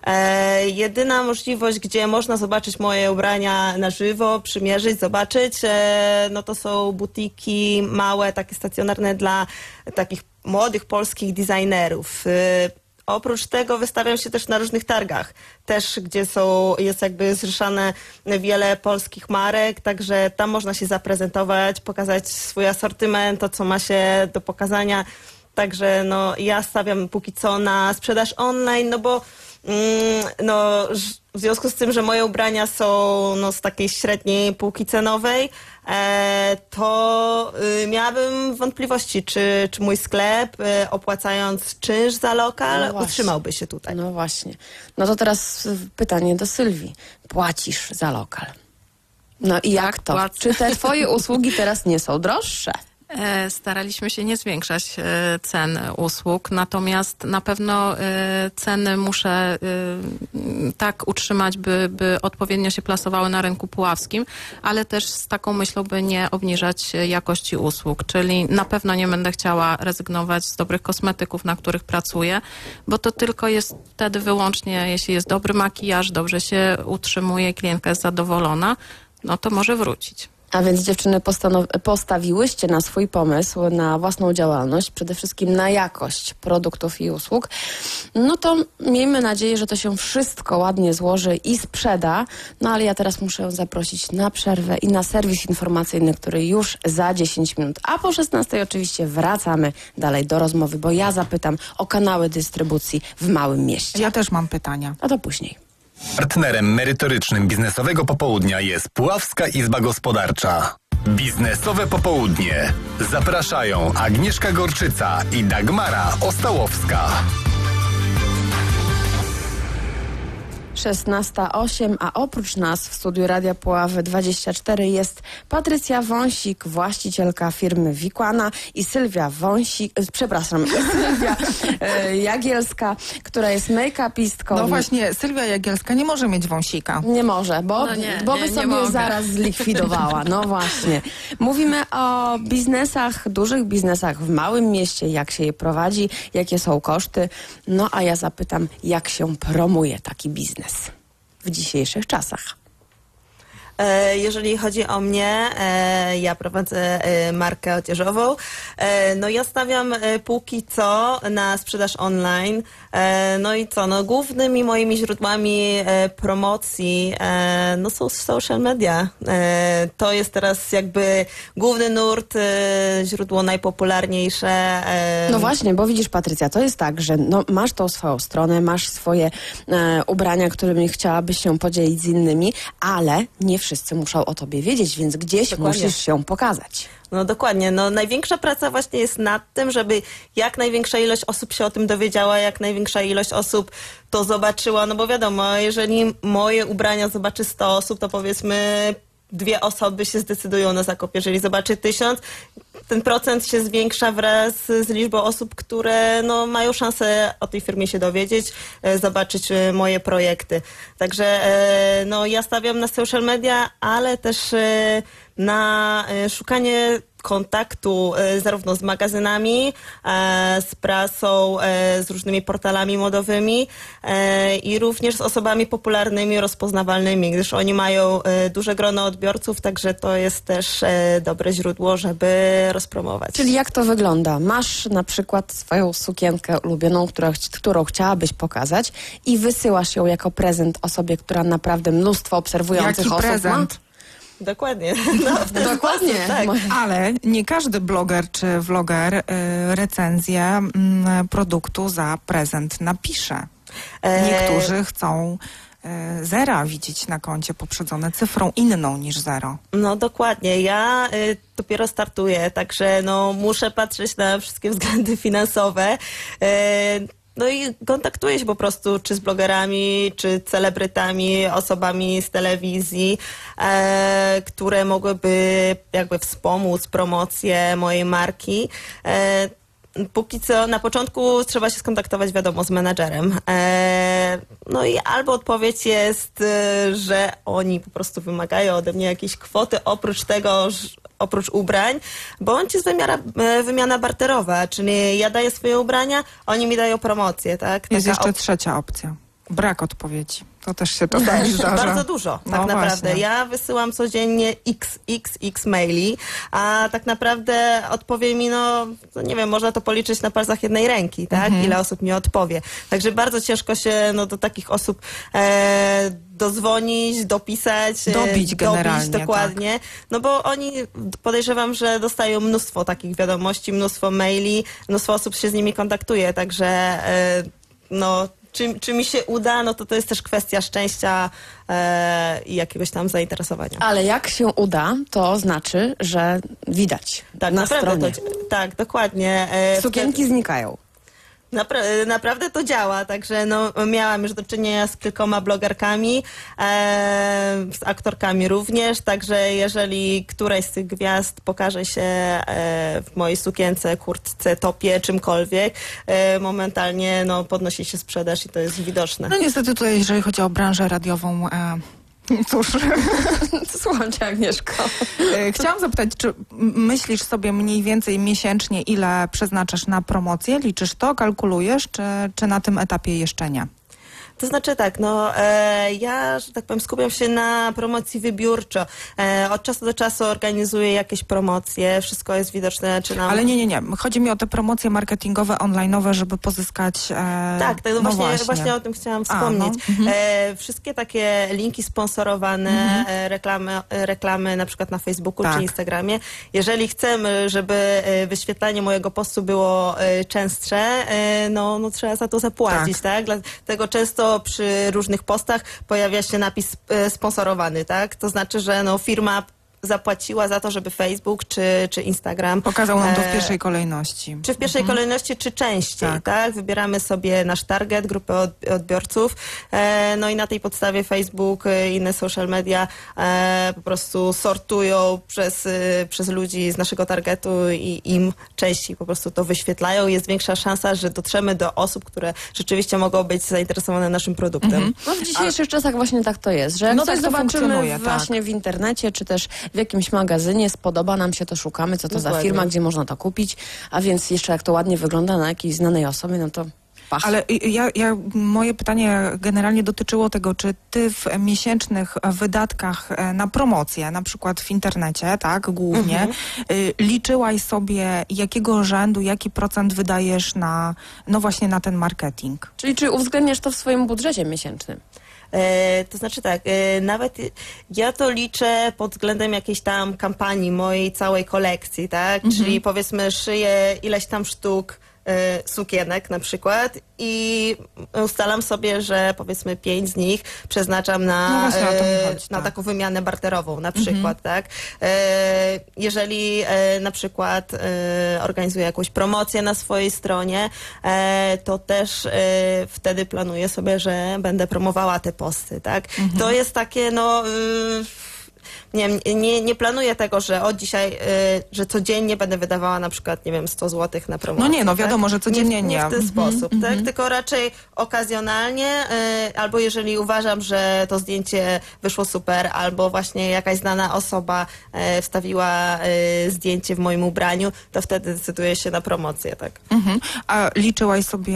E, jedyna możliwość, gdzie można zobaczyć moje ubrania na żywo, przymierzyć, zobaczyć, e, no to są butiki małe, takie stacjonarne dla takich młodych polskich designerów. E, Oprócz tego wystawiam się też na różnych targach, też gdzie są, jest jakby zrzeszane wiele polskich marek, także tam można się zaprezentować, pokazać swój asortyment, to co ma się do pokazania. Także no, ja stawiam póki co na sprzedaż online, no bo mm, no, w związku z tym, że moje ubrania są no, z takiej średniej półki cenowej, e, to y, miałabym wątpliwości, czy, czy mój sklep, y, opłacając czynsz za lokal, No właśnie. utrzymałby się tutaj. No właśnie. No to teraz pytanie do Sylwii. Płacisz za lokal. No i jak to? płacę. Czy te twoje usługi teraz nie są droższe? E, Staraliśmy się nie zwiększać e, cen usług, natomiast na pewno e, ceny muszę e, tak utrzymać, by, by odpowiednio się plasowały na rynku puławskim, ale też z taką myślą, by nie obniżać jakości usług, czyli na pewno nie będę chciała rezygnować z dobrych kosmetyków, na których pracuję, bo to tylko jest wtedy wyłącznie, jeśli jest dobry makijaż, dobrze się utrzymuje, klientka jest zadowolona, no to może wrócić. A więc dziewczyny postanow- postawiłyście na swój pomysł, na własną działalność, przede wszystkim na jakość produktów i usług. No to miejmy nadzieję, że to się wszystko ładnie złoży i sprzeda. No ale ja teraz muszę zaprosić na przerwę i na serwis informacyjny, który już za dziesięć minut. A po szesnastej oczywiście wracamy dalej do rozmowy, bo ja zapytam o kanały dystrybucji w małym mieście. Ja też mam pytania. A to później. Partnerem merytorycznym biznesowego popołudnia jest Puławska Izba Gospodarcza. Biznesowe popołudnie. Zapraszają Agnieszka Gorczyca i Dagmara Ostałowska. szesnasta osiem, a oprócz nas w studiu Radia Puławy dwadzieścia cztery jest Patrycja Wąsik, właścicielka firmy Wikłana i Sylwia Wąsik, e, przepraszam, Sylwia e, Jagielska, która jest make-upistką. No właśnie, Sylwia Jagielska nie może mieć wąsika. Nie może, bo, No nie, bo nie, by nie sobie mogę. zaraz zlikwidowała. No właśnie. Mówimy o biznesach, dużych biznesach w małym mieście, jak się je prowadzi, jakie są koszty. No a ja zapytam, jak się promuje taki biznes w dzisiejszych czasach. E, Jeżeli chodzi o mnie, e, ja prowadzę e, markę odzieżową. E, No ja stawiam e, póki co na sprzedaż online. E, No i co, no głównymi moimi źródłami e, promocji e, no są social media. E, To jest teraz jakby główny nurt, e, źródło najpopularniejsze. e, No właśnie, bo widzisz, Patrycja, to jest tak, że no, masz tą swoją stronę, masz swoje e, ubrania, którymi chciałabyś się podzielić z innymi, ale nie wszyscy muszą o tobie wiedzieć, więc gdzieś Dokładnie. musisz się pokazać. No dokładnie. No, największa praca właśnie jest nad tym, żeby jak największa ilość osób się o tym dowiedziała, jak największa ilość osób to zobaczyła. No bo wiadomo, jeżeli moje ubrania zobaczy sto osób, to powiedzmy dwie osoby się zdecydują na zakup. Jeżeli zobaczy tysiąc, ten procent się zwiększa wraz z liczbą osób, które no, mają szansę o tej firmie się dowiedzieć, e, zobaczyć e, moje projekty. Także e, no, ja stawiam na social media, ale też e, na e, szukanie kontaktu e, zarówno z magazynami, e, z prasą, e, z różnymi portalami modowymi e, i również z osobami popularnymi, rozpoznawalnymi, gdyż oni mają e, duże grono odbiorców, także to jest też e, dobre źródło, żeby rozpromować. Czyli jak to wygląda? Masz na przykład swoją sukienkę ulubioną, która, którą chciałabyś pokazać i wysyłasz ją jako prezent osobie, która naprawdę mnóstwo obserwujących Jaki osób prezent? ma? Dokładnie. No, w ten Dokładnie. sposób, tak. Ale nie każdy bloger czy vloger y, recenzję mm, produktu za prezent napisze. E, Niektórzy chcą y, zera widzieć na koncie poprzedzone cyfrą inną niż zero. No dokładnie. Ja y, dopiero startuję, także no, muszę patrzeć na wszystkie względy finansowe. Y, No i kontaktuję się po prostu czy z blogerami, czy celebrytami, osobami z telewizji, e, które mogłyby jakby wspomóc promocję mojej marki. E, Póki co na początku trzeba się skontaktować, wiadomo, z menadżerem. E, no i albo odpowiedź jest, e, że oni po prostu wymagają ode mnie jakiejś kwoty oprócz tego, że oprócz ubrań, bądź jest wymiana, e, wymiana barterowa, czyli ja daję swoje ubrania, oni mi dają promocję, tak? Jest Taka jeszcze op- trzecia opcja. Brak odpowiedzi. To też się czasami zdarza. Bardzo dużo, tak No naprawdę. właśnie. Ja wysyłam codziennie x, x, x maili, a tak naprawdę odpowie mi, no, no nie wiem, można to policzyć na palcach jednej ręki, tak? Mhm. Ile osób mi odpowie. Także bardzo ciężko się no, do takich osób e, dozwonić, dopisać. e, Dobić generalnie, dokładnie. No bo oni, podejrzewam, że dostają mnóstwo takich wiadomości, mnóstwo maili, mnóstwo osób się z nimi kontaktuje, także e, no Czy, czy mi się uda, no to to jest też kwestia szczęścia e, i jakiegoś tam zainteresowania. Ale jak się uda, to znaczy, że widać Tak, na naprawdę stronie. to, tak, dokładnie. E, Sukienki znikają. Napra- naprawdę to działa, także no, miałam już do czynienia z kilkoma blogerkami, e, z aktorkami również, także jeżeli któraś z tych gwiazd pokaże się e, w mojej sukience, kurtce, topie, czymkolwiek, e, momentalnie no, podnosi się sprzedaż i to jest widoczne. No niestety tutaj, jeżeli chodzi o branżę radiową, e, cóż, Słucham cię, Agnieszko. e, chciałam zapytać, czy m- myślisz sobie mniej więcej miesięcznie, ile przeznaczasz na promocję? Liczysz to, kalkulujesz, czy, czy na tym etapie jeszcze nie? To znaczy tak, no e, ja, że tak powiem, skupiam się na promocji wybiórczo. E, od czasu do czasu organizuję jakieś promocje, wszystko jest widoczne, czy nam... Ale nie, nie, nie. Chodzi mi o te promocje marketingowe, online'owe, żeby pozyskać... E, Tak, tak, no no właśnie, właśnie. właśnie o tym chciałam A, wspomnieć. no, mhm. e, wszystkie takie linki sponsorowane, Mhm. e, reklamy, e, reklamy na przykład na Facebooku Tak. czy Instagramie. Jeżeli chcemy, żeby e, wyświetlanie mojego postu było e, częstsze, e, no, no trzeba za to zapłacić, tak? Dlatego często przy różnych postach pojawia się napis e, sponsorowany, tak? To znaczy, że no firma zapłaciła za to, żeby Facebook czy, czy Instagram Pokazał nam to w e, pierwszej kolejności. czy w pierwszej Mhm. kolejności, czy częściej, Tak. tak. Wybieramy sobie nasz target, grupę od, odbiorców, e, no i na tej podstawie Facebook i inne social media e, po prostu sortują przez, e, przez ludzi z naszego targetu i im częściej po prostu to wyświetlają. Jest większa szansa, że dotrzemy do osób, które rzeczywiście mogą być zainteresowane naszym produktem. Mhm. No w dzisiejszych czasach właśnie tak to jest, że jak No coś tak to zobaczymy funkcjonuje, właśnie w internecie, czy też w jakimś magazynie, spodoba nam się, to szukamy, co to za Dokładnie. firma, gdzie można to kupić, a więc jeszcze jak to ładnie wygląda na jakiejś znanej osobie, no to pach. Ale ja, ja, moje pytanie generalnie dotyczyło tego, czy ty w miesięcznych wydatkach e, na promocję, na przykład w internecie, tak, głównie, Mhm. y, liczyłaś sobie, jakiego rzędu, jaki procent wydajesz na, no właśnie na ten marketing? Czyli czy uwzględniasz to w swoim budżecie miesięcznym? E, to znaczy tak, e, nawet ja to liczę pod względem jakiejś tam kampanii mojej całej kolekcji, tak? Mhm. Czyli powiedzmy szyję ileś tam sztuk e, sukienek na przykład i ustalam sobie, że powiedzmy pięć z nich przeznaczam na, No właśnie, o to mi e, chodzi, na tak. taką wymianę barterową na Mhm. przykład, tak? E, jeżeli e, na przykład e, organizuję jakąś promocję na swojej stronie, e, to też e, wtedy planuję sobie, że będę promowała te posty, tak? Mhm. To jest takie, no... y, nie, wiem, nie, nie planuję tego, że od dzisiaj, y, że codziennie będę wydawała na przykład, nie wiem, sto złotych na promocję. No nie, no wiadomo, tak? że codziennie nie. Nie w ten nie. sposób, Mhm, tak? mhm. Tylko raczej okazjonalnie, y, albo jeżeli uważam, że to zdjęcie wyszło super, albo właśnie jakaś znana osoba y, wstawiła y, zdjęcie w moim ubraniu, to wtedy decyduję się na promocję, tak? Mhm. A liczyłaś sobie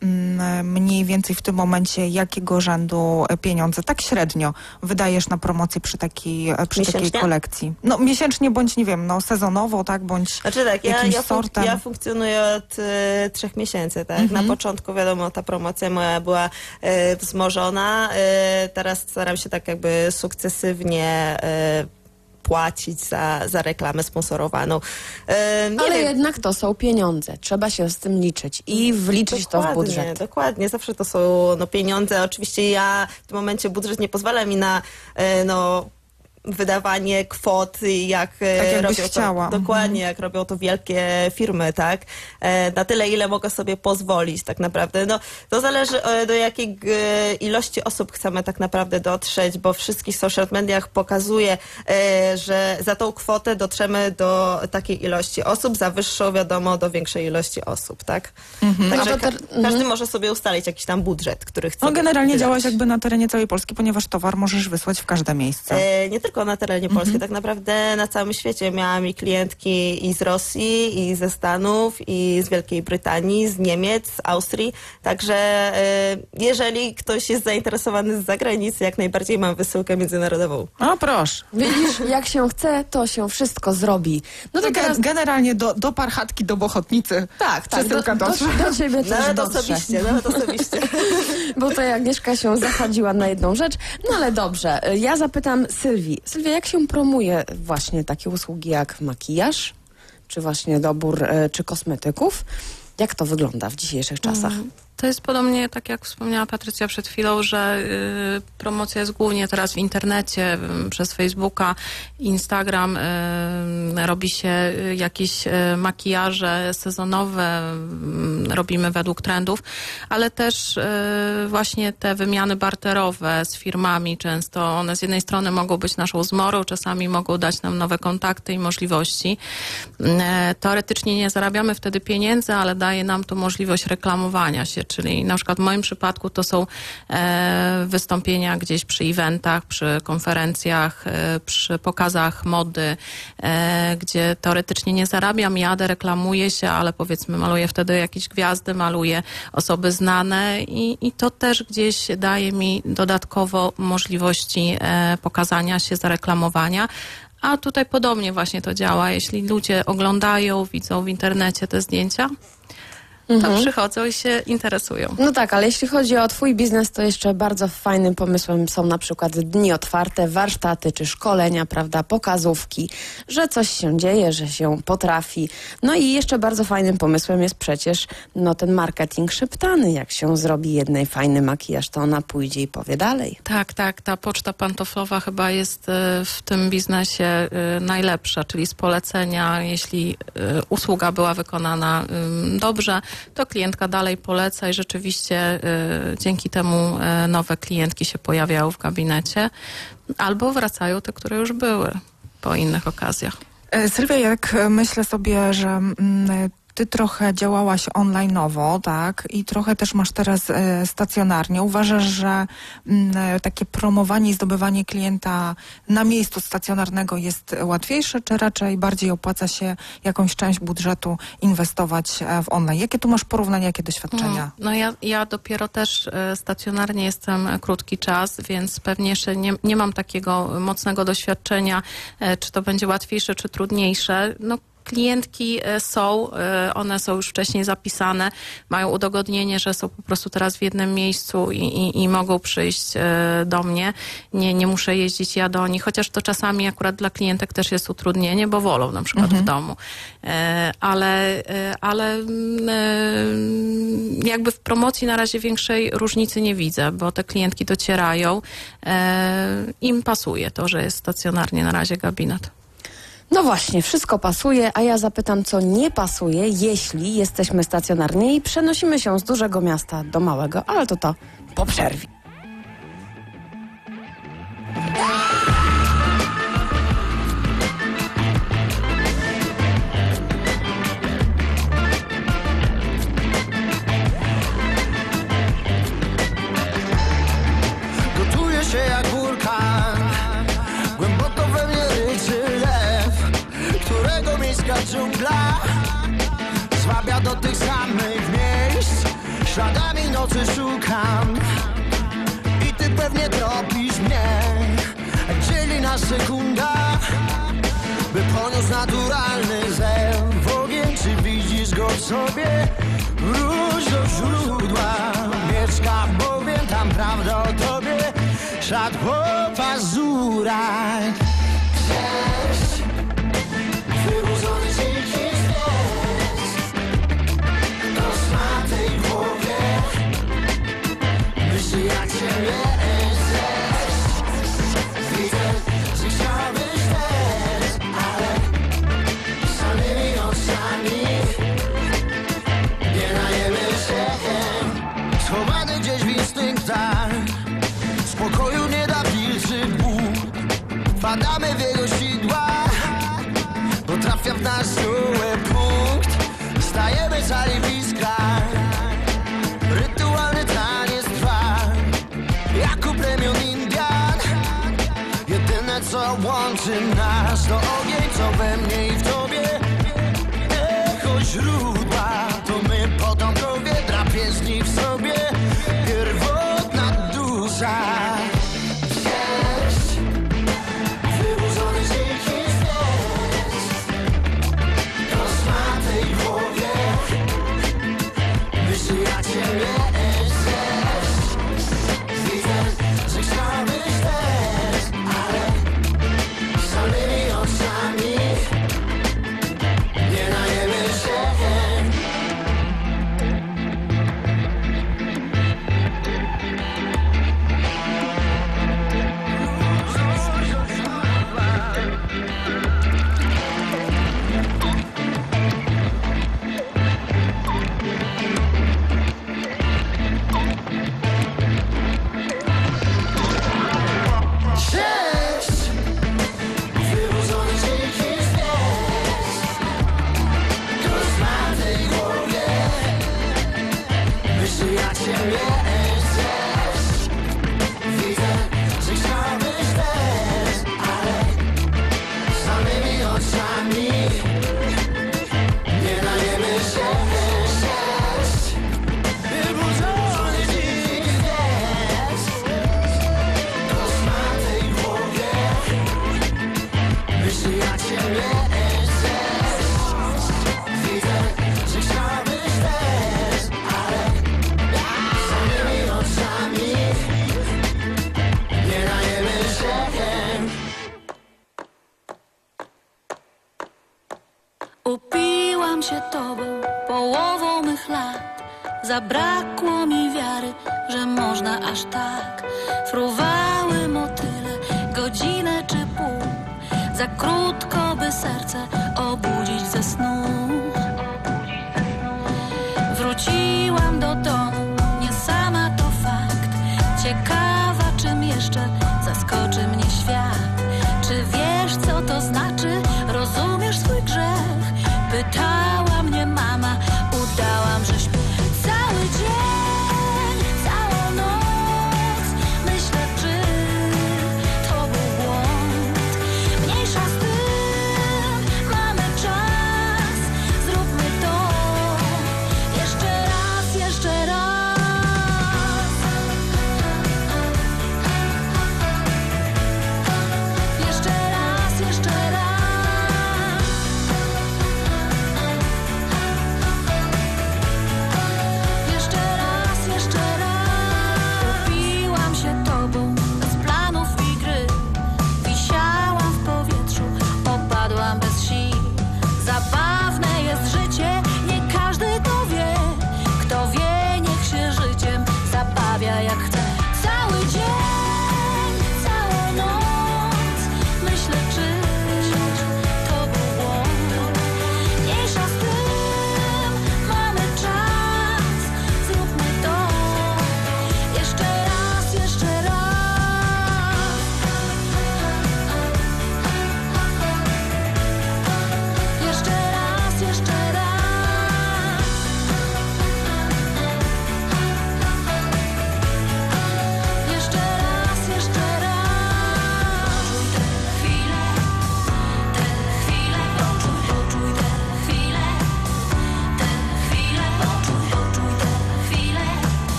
mm, mniej więcej w tym momencie, jakiego rzędu pieniądze, tak średnio, wydajesz na promocję przy takiej, przy takiej Miesięcznie? kolekcji? No miesięcznie, bądź nie wiem, no sezonowo, tak, bądź Znaczy tak, ja, jakimś ja, fun- sortem. ja funkcjonuję od y, trzech miesięcy, tak? Mhm. Na początku wiadomo, ta promocja moja była y, wzmożona, y, teraz staram się tak jakby sukcesywnie y, płacić za, za reklamę sponsorowaną. Y, nie Ale wiem, jednak to są pieniądze. Trzeba się z tym liczyć i wliczyć to w Dokładnie, budżet. Dokładnie, zawsze to są no, pieniądze. Oczywiście ja w tym momencie budżet nie pozwala mi na y, no, wydawanie kwot, jak, e, Tak, jakbyś robią chciała. to, dokładnie, jak robią to wielkie firmy, tak? E, na tyle, ile mogę sobie pozwolić tak naprawdę. No, to zależy e, do jakiej e, ilości osób chcemy tak naprawdę dotrzeć, bo w wszystkich social mediach pokazuje, e, że za tą kwotę dotrzemy do takiej ilości osób, za wyższą wiadomo do większej ilości osób, tak? Mhm. Także A to ka- ter- każdy mhm. może sobie ustalić jakiś tam budżet, który chce No generalnie wydać. działaś jakby na terenie całej Polski, ponieważ towar możesz wysłać w każde miejsce. E, nie tylko na terenie Polski, tak naprawdę na całym świecie. Miałam i klientki i z Rosji, i ze Stanów, i z Wielkiej Brytanii, z Niemiec, z Austrii. Także e, jeżeli ktoś jest zainteresowany z zagranicy, jak najbardziej mam wysyłkę międzynarodową. O proszę. Widzisz, jak się chce, to się wszystko zrobi. No to Ge- teraz... Generalnie do, do Parchatki, do Bochotnicy. Tak, tak, do, Przesyłka do, dotrze. do ciebie też Nawet dotrze. osobiście, nawet osobiście. Bo tutaj Agnieszka się zasadziła na jedną rzecz. No ale dobrze, ja zapytam Sylwii. Sylwia, jak się promuje właśnie takie usługi jak makijaż, czy właśnie dobór, e, czy kosmetyków? Jak to wygląda w dzisiejszych czasach? To jest podobnie, tak jak wspomniała Patrycja przed chwilą, że y, promocja jest głównie teraz w internecie, y, przez Facebooka, Instagram. Y, robi się y, jakieś y, makijaże sezonowe, y, robimy według trendów, ale też y, właśnie te wymiany barterowe z firmami często, one z jednej strony mogą być naszą zmorą, czasami mogą dać nam nowe kontakty i możliwości. Y, teoretycznie nie zarabiamy wtedy pieniędzy, ale daje nam to możliwość reklamowania się. Czyli na przykład w moim przypadku to są e, wystąpienia gdzieś przy eventach, przy konferencjach, e, przy pokazach mody, e, gdzie teoretycznie nie zarabiam, jadę, reklamuję się, ale powiedzmy maluję wtedy jakieś gwiazdy, maluję osoby znane i, i to też gdzieś daje mi dodatkowo możliwości e, pokazania się, zareklamowania. A tutaj podobnie właśnie to działa. Jeśli ludzie oglądają, widzą w internecie te zdjęcia, to przychodzą i się interesują. No tak, ale jeśli chodzi o twój biznes, to jeszcze bardzo fajnym pomysłem są na przykład dni otwarte, warsztaty czy szkolenia, prawda, pokazówki, że coś się dzieje, że się potrafi. No i jeszcze bardzo fajnym pomysłem jest przecież no ten marketing szeptany. Jak się zrobi jednej fajny makijaż, to ona pójdzie i powie dalej. Tak, tak. Ta poczta pantoflowa chyba jest e, w tym biznesie e, najlepsza, czyli z polecenia, jeśli e, usługa była wykonana e, dobrze, to klientka dalej poleca i rzeczywiście y, dzięki temu y, nowe klientki się pojawiają w gabinecie albo wracają te, które już były po innych okazjach. E, Sylwia, jak e, myślę sobie, że mm, ty trochę działałaś online'owo, tak? I trochę też masz teraz e, stacjonarnie. Uważasz, że mm, e, takie promowanie i zdobywanie klienta na miejscu stacjonarnego jest łatwiejsze, czy raczej bardziej opłaca się jakąś część budżetu inwestować e, w online? Jakie tu masz porównania, jakie doświadczenia? No ja, ja dopiero też e, stacjonarnie jestem e, krótki czas, więc pewnie jeszcze nie, nie mam takiego mocnego doświadczenia, e, czy to będzie łatwiejsze, czy trudniejsze. No klientki są, one są już wcześniej zapisane, mają udogodnienie, że są po prostu teraz w jednym miejscu i, i, i mogą przyjść do mnie. Nie, nie muszę jeździć ja do nich, chociaż to czasami akurat dla klientek też jest utrudnienie, bo wolą na przykład Mhm. w domu. Ale, ale jakby w promocji na razie większej różnicy nie widzę, bo te klientki docierają. Im pasuje to, że jest stacjonarnie na razie gabinet. No właśnie, wszystko pasuje, a ja zapytam, co nie pasuje, jeśli jesteśmy stacjonarnie i przenosimy się z dużego miasta do małego, ale to to po przerwie. trafia do tych samych miejsc. Śladami nocy szukam i ty pewnie tropisz mnie. Dzieli nas sekunda, by poniósł naturalny zew w ogień. Czy widzisz go w sobie? Wróć do źródła, mieszka bowiem tam prawda o tobie. Ślad po pazurach. Cześć, wybudzony dziki pies, kto ma tej głowie myśli jak ciebie chcesz. Widzę, że chciałbyś też, ale samymi oczami nie najemy się. Schowany gdzieś w instynktach, spokoju nie da wilczy Bóg. Wpadamy w jego sidła, potrafia w nasz czuły punkt. Stajemy cali w iskrach, rytualny taniec trwa, jak u plemion Indian. Jedyne co łączy nas to ogień, co we mnie i w tobie. Echo źródła, to my potomkowie, drapieżni w sobie, pierwotna dusza. Cześć, wybudzony dziki pies, kto ma tej głowie myśli jak ciebie chcesz. Widzę, że chciałbyś też, ale samymi oczami nie najemy się. Cześć, wybudzony dziki pies, kto ma tej głowie myśli jak ciebie chcesz. Widzę, że chciałbyś też, ale samymi oczami nie najemy się. Cześć, wybudzony dziki pies, kto ma tej głowie myśli jak ciebie chcesz. Widzę, że chciałbyś też, ale samymi oczami nie najemy się. Upiłam się tobą, połową mych lat. Zabrakło mi wiary, że można aż tak. Fruwały motyle, godzinę czy pół. Za krótko, by serce obudzić ze snu. Wróciłam do domu, nie sama to fakt. Ciekawa, czym jeszcze zaskoczy mnie świat. Czy wiesz, co to znaczy? Rozumiesz swój grzech? Pytała mnie mama, udałam, że śpię. Cały dzień, całą noc myślę, czy to był błąd. Mniejsza z tym, mamy czas.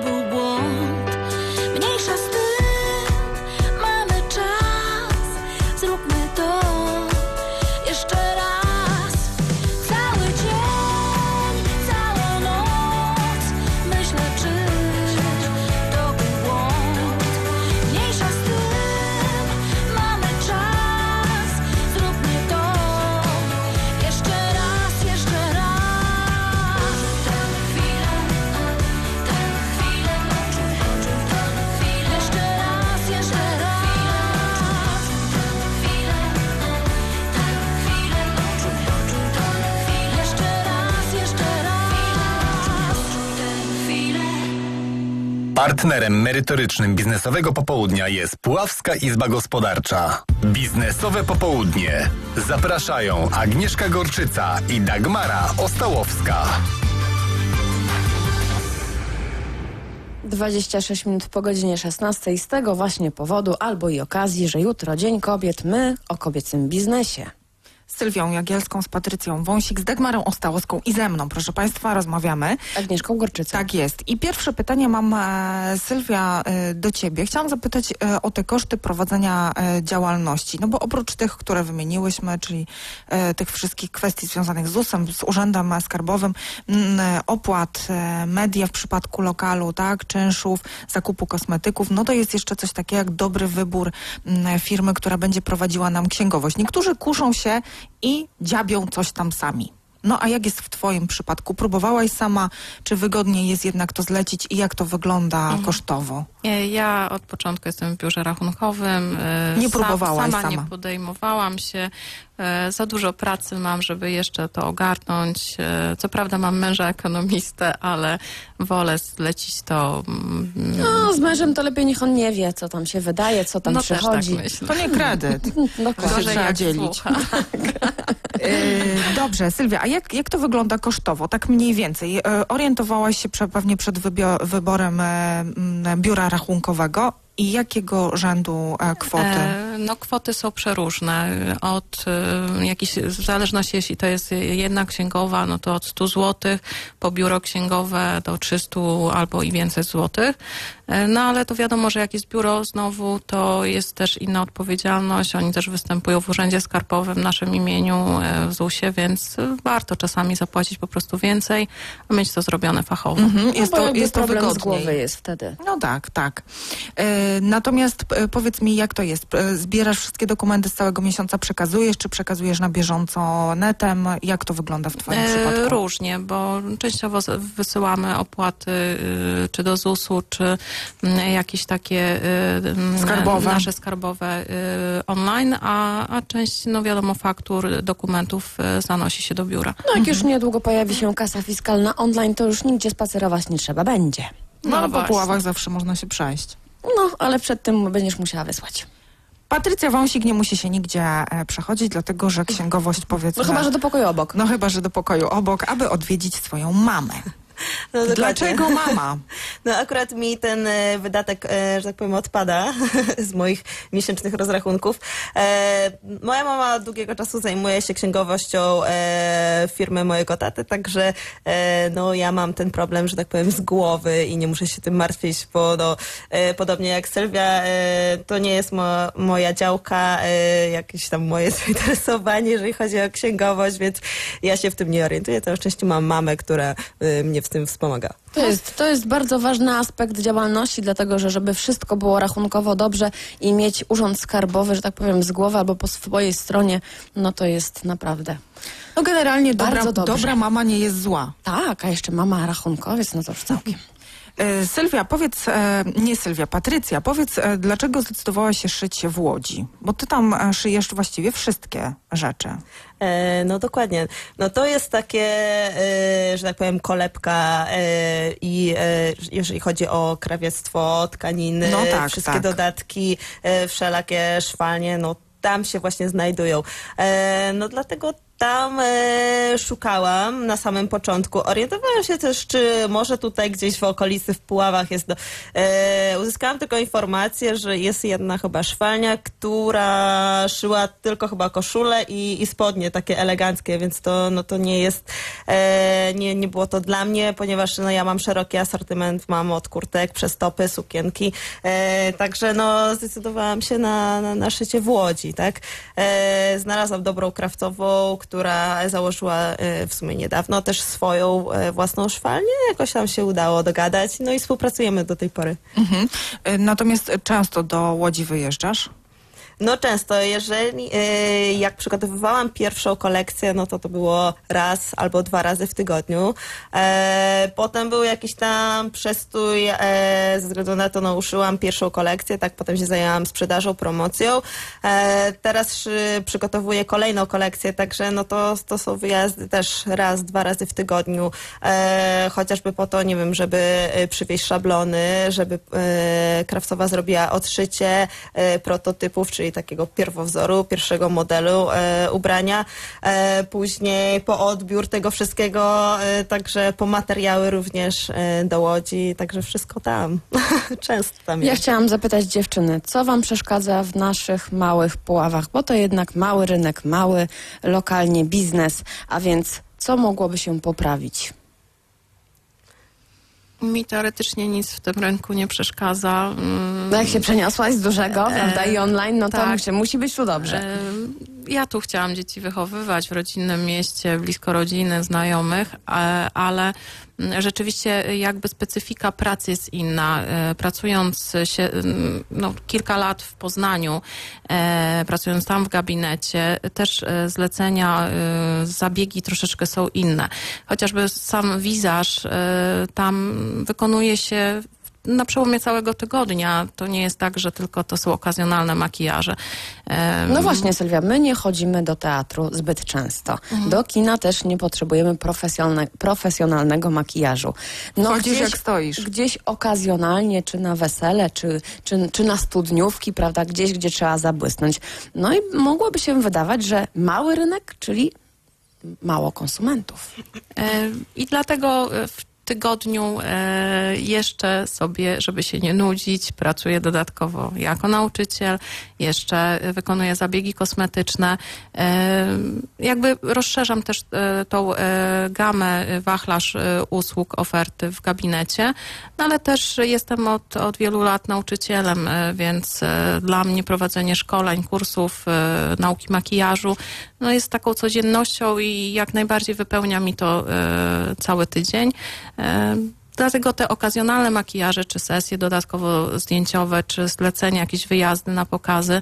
był błąd. Mniejsza z tym, mamy czas, zróbmy to jeszcze raz. Cały dzień, całą noc, myślę, czy to był błąd. Mniejsza z tym, mamy czas, zróbmy to jeszcze raz, jeszcze raz. Tę chwilę, tę chwilę, czuj, czuj tę chwilę. Jeszcze raz, jeszcze raz. Tę chwilę, tę chwilę, czuj, czuj tę chwilę. Jeszcze raz, jeszcze raz. Czuj tę chwilę. Partnerem merytorycznym Biznesowego Popołudnia jest Puławska Izba Gospodarcza. Biznesowe Popołudnie. Zapraszają Agnieszka Gorczyca i Dagmara Ostałowska. dwadzieścia sześć minut po godzinie szesnastej. Z tego właśnie powodu albo i okazji, że jutro Dzień Kobiet, my o kobiecym biznesie. Z Sylwią Jagielską, z Patrycją Wąsik, z Dagmarą Ostałowską i ze mną, proszę Państwa, rozmawiamy. Agnieszką Gorczycą. Tak jest. I pierwsze pytanie mam, e, Sylwia, e, do Ciebie. Chciałam zapytać e, o te koszty prowadzenia e, działalności. No bo oprócz tych, które wymieniłyśmy, czyli e, tych wszystkich kwestii związanych z ZUS-em, z Urzędem Skarbowym, m, opłat, e, media w przypadku lokalu, tak, czynszów, zakupu kosmetyków, no to jest jeszcze coś takiego jak dobry wybór m, firmy, która będzie prowadziła nam księgowość. Niektórzy kuszą się i dziabią coś tam sami. No a jak jest w Twoim przypadku? Próbowałaś sama, czy wygodniej jest jednak to zlecić i jak to wygląda Mhm. kosztowo? Nie, Ja od początku jestem w biurze rachunkowym. e, Nie sam- próbowałaś sama. sama. nie podejmowałam się. E, Za dużo pracy mam, żeby jeszcze to ogarnąć. E, Co prawda mam męża ekonomistę, ale wolę zlecić to. mm, No, z mężem to lepiej niech on nie wie, co tam się wydaje, co tam No też przychodzi. tak myślę. To nie kredyt. Dokładnie. To się Gorzej trzeba jak dzielić. słucha. Yy, dobrze, Sylwia, a jak, jak to wygląda kosztowo? Tak mniej więcej. Yy, orientowałaś się prze, pewnie przed wybio- wyborem e, m, biura rachunkowego i jakiego rzędu e, kwoty? E, No kwoty są przeróżne. Od e, jakichś, w zależności jeśli to jest jedna księgowa, no to od stu złotych, po biuro księgowe do trzysta albo i więcej złotych. E, No ale to wiadomo, że jak jest biuro znowu, to jest też inna odpowiedzialność. Oni też występują w Urzędzie Skarbowym w naszym imieniu, e, w zusie, więc warto czasami zapłacić po prostu więcej, a mieć to zrobione fachowo. Mhm, No jest bo to, jakby jest to problem z wygodniej. głowy jest wtedy. No tak, tak. E, natomiast e, powiedz mi, jak to jest? E, Zbierasz wszystkie dokumenty z całego miesiąca, przekazujesz, czy przekazujesz na bieżąco netem? Jak to wygląda w Twoim E, przypadku? Różnie, bo częściowo z- wysyłamy opłaty y, czy do zusu, czy mm, jakieś takie y, mm, Skarbowe. nasze skarbowe y, online, a, a część, no wiadomo, faktur, dokumentów y, zanosi się do biura. No jak już niedługo pojawi się kasa fiskalna online, to już nigdzie spacerować nie trzeba będzie. No, ale po właśnie. Puławach zawsze można się przejść. No, ale przed tym będziesz musiała wysłać. Patrycja Wąsik nie musi się nigdzie e, przechodzić, dlatego że księgowość, powiedzmy... No chyba, że do pokoju obok. No chyba, że do pokoju obok, aby odwiedzić swoją mamę. No, dokładnie. Dlaczego mama? No akurat mi ten e, wydatek, e, że tak powiem, odpada z moich miesięcznych rozrachunków. E, moja mama od długiego czasu zajmuje się księgowością e, firmy mojego taty, także e, no ja mam ten problem, że tak powiem, z głowy i nie muszę się tym martwić, bo no, e, podobnie jak Sylwia, e, to nie jest mo, moja działka, e, jakieś tam moje zainteresowanie, jeżeli chodzi o księgowość, więc ja się w tym nie orientuję. Całe szczęście mam mamę, która e, mnie w tym wspomaga. To jest, to jest bardzo ważny aspekt działalności, dlatego że żeby wszystko było rachunkowo dobrze i mieć urząd skarbowy, że tak powiem, z głowy albo po swojej stronie, no to jest naprawdę. No generalnie dobra, Bardzo dobrze. dobra mama nie jest zła. Tak, a jeszcze mama rachunkowiec, no to już całkiem. E, Sylwia, powiedz, e, nie Sylwia, Patrycja, powiedz, e, dlaczego zdecydowałaś się szyć w Łodzi? Bo ty tam e, szyjesz właściwie wszystkie rzeczy. E, no dokładnie. No to jest takie, e, że tak powiem, kolebka e, i e, jeżeli chodzi o krawiectwo, tkaniny, No tak, wszystkie tak. dodatki, e, wszelakie szwalnie, no tam się właśnie znajdują. E, no dlatego tam e, szukałam na samym początku. Orientowałam się też, czy może tutaj gdzieś w okolicy, w Puławach jest... Do, e, uzyskałam tylko informację, że jest jedna chyba szwalnia, która szyła tylko chyba koszule i, i spodnie takie eleganckie, więc to, no, to nie jest... E, nie, nie było to dla mnie, ponieważ no, ja mam szeroki asortyment, mam od kurtek przez topy, sukienki. E, także no, zdecydowałam się na, na, na szycie w Łodzi, tak? E, znalazłam dobrą kraftową, która założyła e, w sumie niedawno też swoją e, własną szwalnię. Jakoś tam się udało dogadać, no i współpracujemy do tej pory. Mhm. Y, Natomiast często do Łodzi wyjeżdżasz? No często, jeżeli y, jak przygotowywałam pierwszą kolekcję, no to to było raz albo dwa razy w tygodniu. E, potem był jakiś tam przestój, e, ze względu na to, no uszyłam pierwszą kolekcję, tak potem się zajęłam sprzedażą, promocją. E, teraz y, przygotowuję kolejną kolekcję, także no to, to są wyjazdy też raz, dwa razy w tygodniu. E, chociażby po to, nie wiem, żeby y, przywieźć szablony, żeby y, Kraftowa zrobiła odszycie y, prototypów, czyli takiego pierwowzoru, pierwszego modelu e, ubrania, e, później po odbiór tego wszystkiego, e, także po materiały również e, do Łodzi, także wszystko tam. Często tam Ja jest. chciałam zapytać dziewczyny, co wam przeszkadza w naszych małych Puławach, bo to jednak mały rynek, mały lokalnie biznes, a więc co mogłoby się poprawić? Mi teoretycznie nic w tym rynku nie przeszkadza. Mm, No jak się przeniosłaś z dużego, prawda, i online, no to tak. musi, musi być tu dobrze. E, Ja tu chciałam dzieci wychowywać w rodzinnym mieście, blisko rodziny, znajomych, e, ale mm, rzeczywiście jakby specyfika pracy jest inna. E, Pracując się mm, no, kilka lat w Poznaniu, e, pracując tam w gabinecie, też e, zlecenia, e, zabiegi troszeczkę są inne. Chociażby sam wizaż e, tam wykonuje się na przełomie całego tygodnia. To nie jest tak, że tylko to są okazjonalne makijaże. Em, No właśnie, Sylwia, my nie chodzimy do teatru zbyt często. Mhm. Do kina też nie potrzebujemy profesjonalne, profesjonalnego makijażu. No Chodzisz jak stoisz. Gdzieś okazjonalnie, czy na wesele, czy, czy, czy na studniówki, prawda, gdzieś, gdzie trzeba zabłysnąć. No i mogłoby się wydawać, że mały rynek, czyli mało konsumentów. E, I dlatego e, w tygodniu e, jeszcze sobie, żeby się nie nudzić, pracuję dodatkowo jako nauczyciel, jeszcze wykonuję zabiegi kosmetyczne. E, jakby rozszerzam też e, tą e, gamę, e, wachlarz e, usług, oferty w gabinecie, no ale też jestem od, od wielu lat nauczycielem, e, więc e, dla mnie prowadzenie szkoleń, kursów, e, nauki makijażu, no jest taką codziennością i jak najbardziej wypełnia mi to e, cały tydzień. E, Dlatego te okazjonalne makijaże, czy sesje dodatkowo zdjęciowe, czy zlecenia, jakieś wyjazdy na pokazy,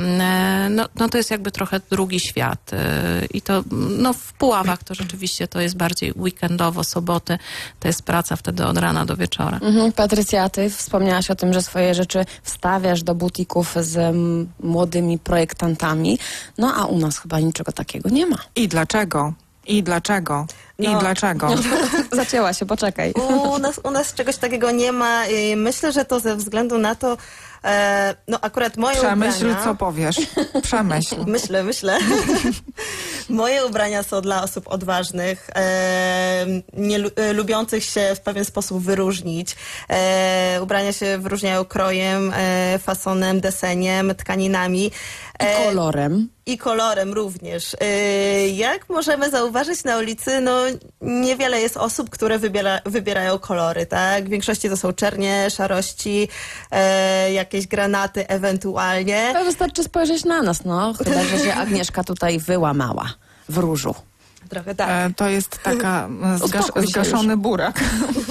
e, no, no to jest jakby trochę drugi świat. E, I to no w Puławach to rzeczywiście to jest bardziej weekendowo, soboty, to jest praca wtedy od rana do wieczora. Mhm. Patrycja, ty wspomniałaś o tym, że swoje rzeczy wstawiasz do butików z mm, młodymi projektantami, no a u nas chyba niczego takiego nie ma. I dlaczego? I dlaczego? I No. dlaczego? Zacięła się, poczekaj. U nas, u nas czegoś takiego nie ma. I myślę, że to ze względu na to, e, no akurat moje Przemyśl, ubrania... co powiesz. Przemyśl. Myślę, myślę. Moje ubrania są dla osób odważnych, e, nie lu- e, lubiących się w pewien sposób wyróżnić. E, ubrania się wyróżniają krojem, e, fasonem, deseniem, tkaninami. I kolorem. I kolorem również. E, jak możemy zauważyć na ulicy, no niewiele jest osób, które wybiera, wybierają kolory, tak? W większości to są czernie, szarości, e, jakieś granaty ewentualnie. To wystarczy spojrzeć na nas, no. Chyba, że się Agnieszka tutaj wyłamała w różu. Trochę tak. E, to jest taka e, zgasz, Uspokój się zgaszony burak.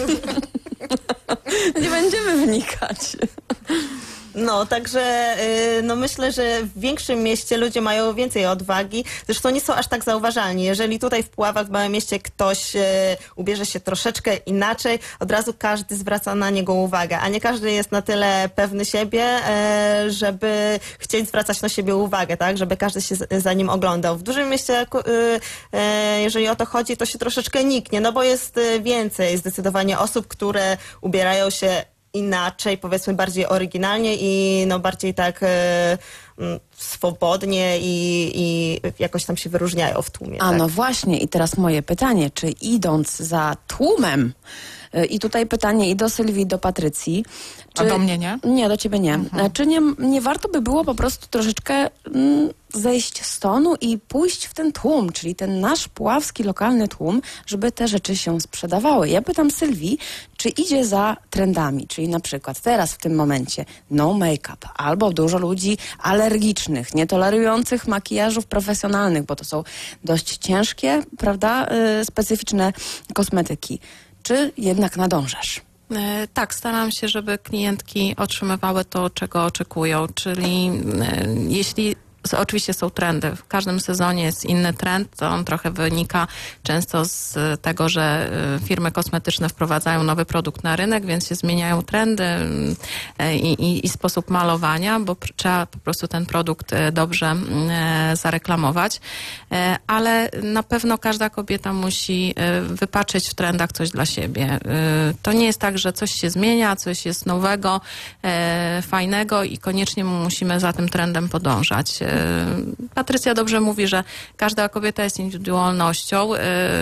Nie będziemy wnikać. No, także y, no myślę, że w większym mieście ludzie mają więcej odwagi. Zresztą nie są aż tak zauważalni. Jeżeli tutaj w Puławach, w małym mieście ktoś y, ubierze się troszeczkę inaczej, od razu każdy zwraca na niego uwagę, a nie każdy jest na tyle pewny siebie, y, żeby chcieć zwracać na siebie uwagę, tak? Żeby każdy się z- za nim oglądał. W dużym mieście, y, y, jeżeli o to chodzi, to się troszeczkę niknie, no bo jest y, więcej zdecydowanie osób, które ubierają się inaczej, powiedzmy bardziej oryginalnie i no bardziej tak e, m, swobodnie i, i jakoś tam się wyróżniają w tłumie. A tak? no właśnie, i teraz moje pytanie, czy idąc za tłumem, y, i tutaj pytanie i do Sylwii, i do Patrycji. Czy, A do mnie nie? Nie, do ciebie nie. Mhm. Czy nie, nie warto by było po prostu troszeczkę mm, zejść z tonu i pójść w ten tłum, czyli ten nasz puławski, lokalny tłum, żeby te rzeczy się sprzedawały? Ja pytam Sylwii, czy idzie za trendami, czyli na przykład teraz w tym momencie no make-up, albo dużo ludzi alergicznych, nietolerujących makijażów profesjonalnych, bo to są dość ciężkie, prawda, y, specyficzne kosmetyki. Czy jednak nadążasz? E, Tak, staram się, żeby klientki otrzymywały to, czego oczekują, czyli e, jeśli s- oczywiście są trendy, w każdym sezonie jest inny trend, to on trochę wynika często z tego, że e, firmy kosmetyczne wprowadzają nowy produkt na rynek, więc się zmieniają trendy mm, e, i, i, i sposób malowania, bo pr- trzeba po prostu ten produkt e, dobrze mm, e, zareklamować, E, ale na pewno każda kobieta musi e, wypatrzeć w trendach coś dla siebie. E, To nie jest tak, że coś się zmienia, coś jest nowego, e, fajnego i koniecznie musimy za tym trendem podążać. E, Patrycja dobrze mówi, że każda kobieta jest indywidualnością, e,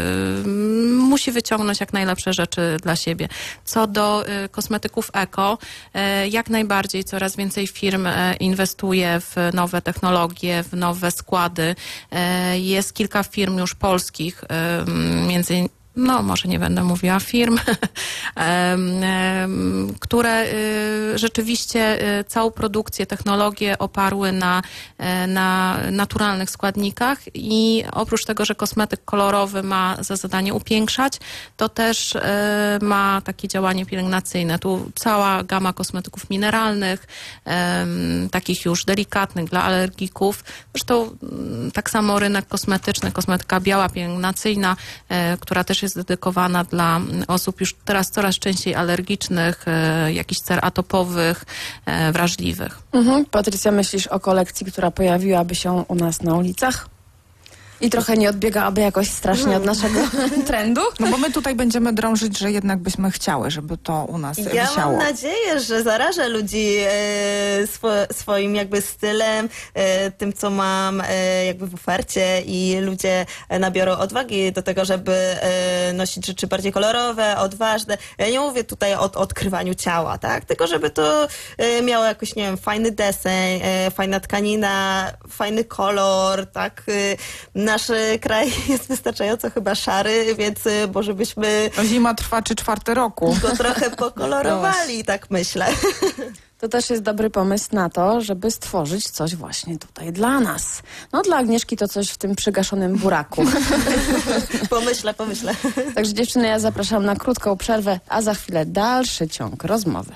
musi wyciągnąć jak najlepsze rzeczy dla siebie. Co do e, kosmetyków eko, e, jak najbardziej coraz więcej firm e, inwestuje w nowe technologie, w nowe składy. E, Jest kilka firm już polskich, e, między innymi no może nie będę mówiła firm, em, em, które y, rzeczywiście y, całą produkcję, technologię oparły na, y, na naturalnych składnikach i oprócz tego, że kosmetyk kolorowy ma za zadanie upiększać, to też y, ma takie działanie pielęgnacyjne. Tu cała gama kosmetyków mineralnych, em, takich już delikatnych dla alergików. Zresztą mm, tak samo rynek kosmetyczny, kosmetyka biała, pielęgnacyjna, y, która też jest dedykowana dla osób już teraz coraz częściej alergicznych, e, jakichś cer atopowych, e, wrażliwych. Mhm. Patrycja, myślisz o kolekcji, która pojawiłaby się u nas na ulicach? I trochę nie odbiegałaby jakoś strasznie od naszego trendu? No bo my tutaj będziemy drążyć, że jednak byśmy chciały, żeby to u nas Ja wisiało. mam nadzieję, że zarażę ludzi e, swo, swoim jakby stylem, e, tym co mam e, jakby w ofercie i ludzie e, nabiorą odwagi do tego, żeby e, nosić rzeczy bardziej kolorowe, odważne. Ja nie mówię tutaj o odkrywaniu ciała, tak? Tylko żeby to e, miało jakoś, nie wiem, fajny deseń, e, fajna tkanina, fajny kolor, tak? E, Nasz kraj jest wystarczająco chyba szary, więc e, może byśmy Zima trwa czy czwarte roku. go trochę pokolorowali, tak myślę. To też jest dobry pomysł na to, żeby stworzyć coś właśnie tutaj dla nas. No dla Agnieszki to coś w tym przygaszonym buraku. Pomyślę, pomyślę. Także dziewczyny, ja zapraszam na krótką przerwę, a za chwilę dalszy ciąg rozmowy.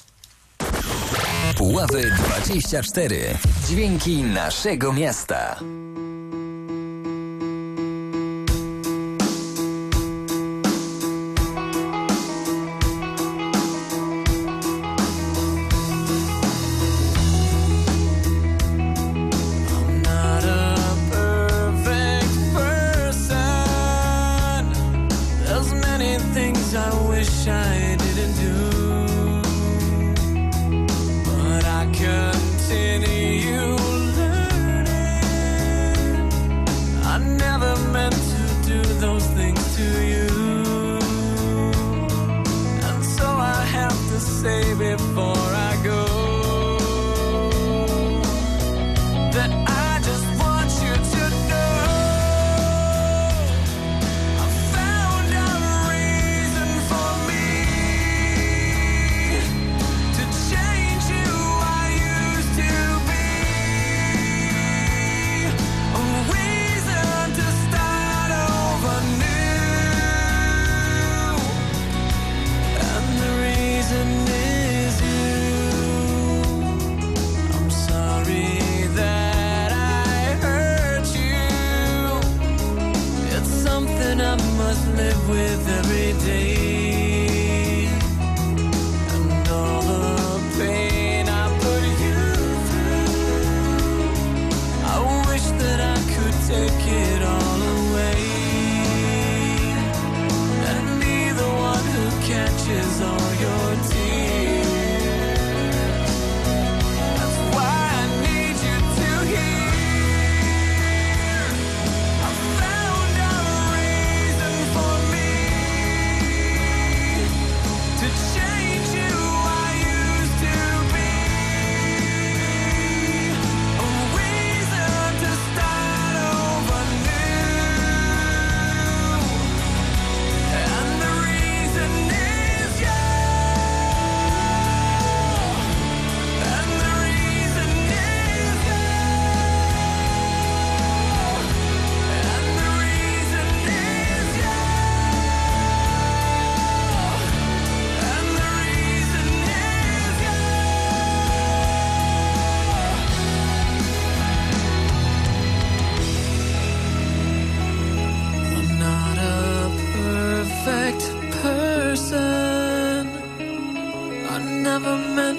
Puławy dwadzieścia cztery. Dźwięki naszego miasta. I didn't do, but I continue learning.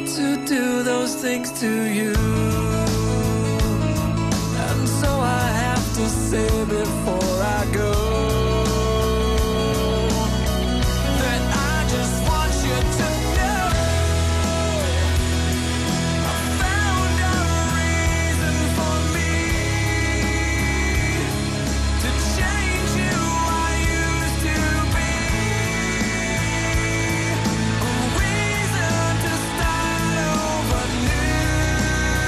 to do those things to you. And so I have to say before I go that I just want you to know I found a reason for me to change who I used to be. A reason to start over new.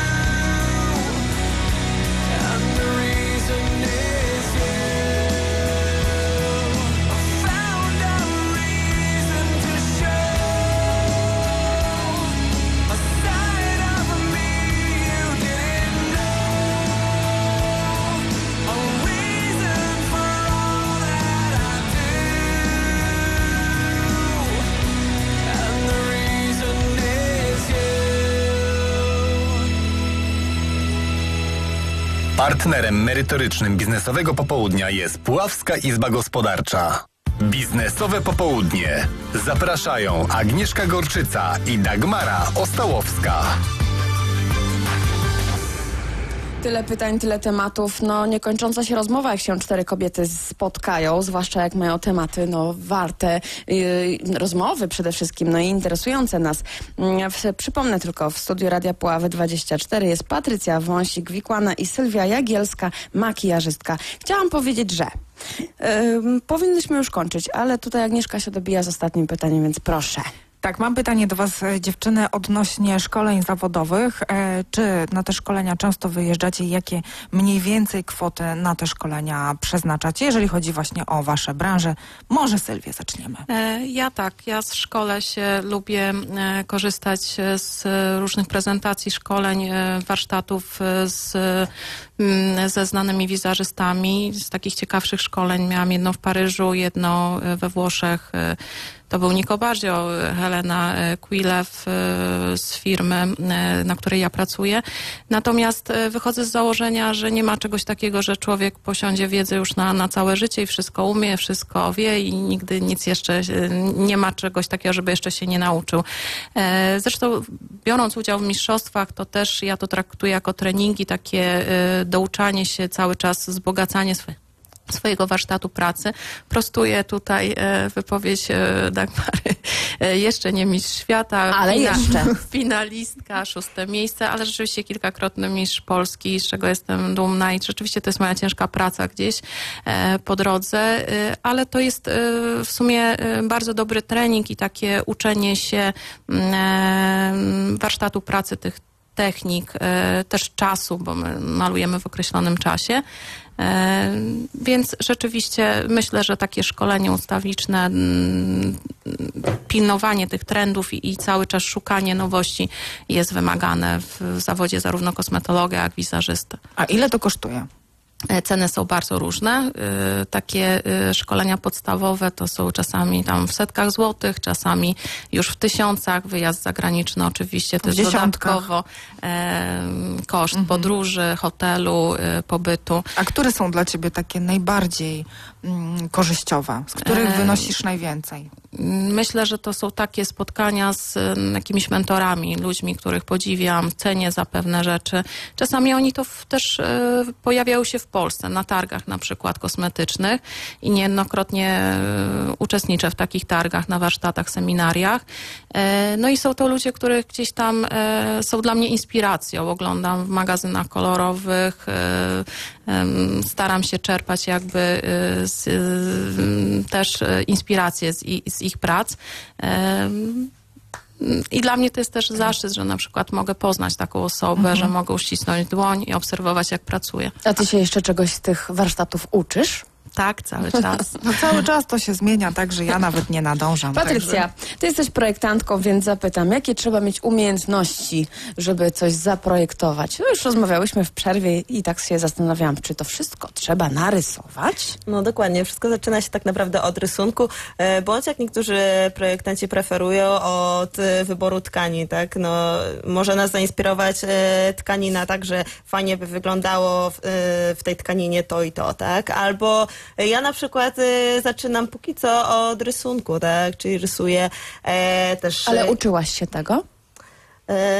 And the reason is you. I found a reason to show a side of me you didn't know. A reason for all that I do. And the reason is you. Partnerem merytorycznym biznesowego popołudnia jest Puławska Izba Gospodarcza. Biznesowe popołudnie. Zapraszają Agnieszka Gorczyca i Dagmara Ostałowska. Tyle pytań, tyle tematów. No, niekończąca się rozmowa, jak się cztery kobiety spotkają, zwłaszcza jak mają tematy, no, warte yy, rozmowy przede wszystkim, no i interesujące nas. Yy, w, przypomnę tylko, w studiu Radia Puławy dwadzieścia cztery jest Patrycja Wąsik-Wikłana i Sylwia Jagielska, makijażystka. Chciałam powiedzieć, że yy, powinnyśmy już kończyć, ale tutaj Agnieszka się dobija z ostatnim pytaniem, więc proszę. Tak, mam pytanie do was, e, dziewczyny, odnośnie szkoleń zawodowych. E, czy na te szkolenia często wyjeżdżacie i jakie mniej więcej kwoty na te szkolenia przeznaczacie, jeżeli chodzi właśnie o wasze branże? Może Sylwię zaczniemy. E, Ja tak, ja z szkole się lubię e, korzystać z różnych prezentacji, szkoleń, e, warsztatów e, z, m, ze znanymi wizerzystami. Z takich ciekawszych szkoleń miałam jedno w Paryżu, jedno e, we Włoszech. E, To był Nico Baggio, Helena Quilew z firmy, na której ja pracuję. Natomiast wychodzę z założenia, że nie ma czegoś takiego, że człowiek posiądzie wiedzę już na, na całe życie i wszystko umie, wszystko wie i nigdy nic jeszcze, nie ma czegoś takiego, żeby jeszcze się nie nauczył. Zresztą biorąc udział w mistrzostwach, to też ja to traktuję jako treningi, takie douczanie się cały czas, wzbogacanie swoje. swojego warsztatu pracy. Prostuję tutaj e, wypowiedź e, Dagmary. E, jeszcze nie mistrz świata. Ale fina- jeszcze. Finalistka, szóste miejsce, ale rzeczywiście kilkakrotny mistrz Polski, z czego jestem dumna i rzeczywiście to jest moja ciężka praca gdzieś e, po drodze, e, ale to jest e, w sumie e, bardzo dobry trening i takie uczenie się e, warsztatu pracy, tych technik, e, też czasu, bo my malujemy w określonym czasie. E, więc rzeczywiście myślę, że takie szkolenie ustawiczne, mm, pilnowanie tych trendów i, i cały czas szukanie nowości jest wymagane w zawodzie zarówno kosmetologa, jak wizerzysty. A ile to kosztuje? E, Ceny są bardzo różne. E, Takie e, szkolenia podstawowe to są czasami tam w setkach złotych, czasami już w tysiącach. Wyjazd zagraniczny oczywiście to W jest dziesiątkach. dodatkowo e, koszt podróży, hotelu, e, pobytu. A które są dla ciebie takie najbardziej mm, korzyściowe? Z których E, wynosisz najwięcej? Myślę, że to są takie spotkania z em, jakimiś mentorami, ludźmi, których podziwiam, cenię za pewne rzeczy. Czasami oni to w, też e, pojawiają się w Polsce, na targach na przykład kosmetycznych i niejednokrotnie e, uczestniczę w takich targach, na warsztatach, seminariach. E, no i są to ludzie, których gdzieś tam e, są dla mnie inspiracją. Oglądam w magazynach kolorowych, e, em, staram się czerpać jakby e, z, e, też e, inspiracje z, i, z ich prac. Em, I dla mnie to jest też zaszczyt, że na przykład mogę poznać taką osobę, Mhm. że mogę uścisnąć dłoń i obserwować, jak pracuje. A ty się jeszcze czegoś z tych warsztatów uczysz? Tak, cały czas. No cały czas to się zmienia, tak, że ja nawet nie nadążam. Patrycja, ty jesteś projektantką, więc zapytam, jakie trzeba mieć umiejętności, żeby coś zaprojektować? No już rozmawiałyśmy w przerwie i tak się zastanawiałam, czy to wszystko trzeba narysować? No dokładnie, wszystko zaczyna się tak naprawdę od rysunku, e, bądź jak niektórzy projektanci preferują, od e, wyboru tkani, tak? No, może nas zainspirować e, tkanina tak, że fajnie by wyglądało w, e, w tej tkaninie to i to, tak? Albo ja na przykład e, zaczynam póki co od rysunku, tak? Czyli rysuję e, też... Ale uczyłaś się tego? E,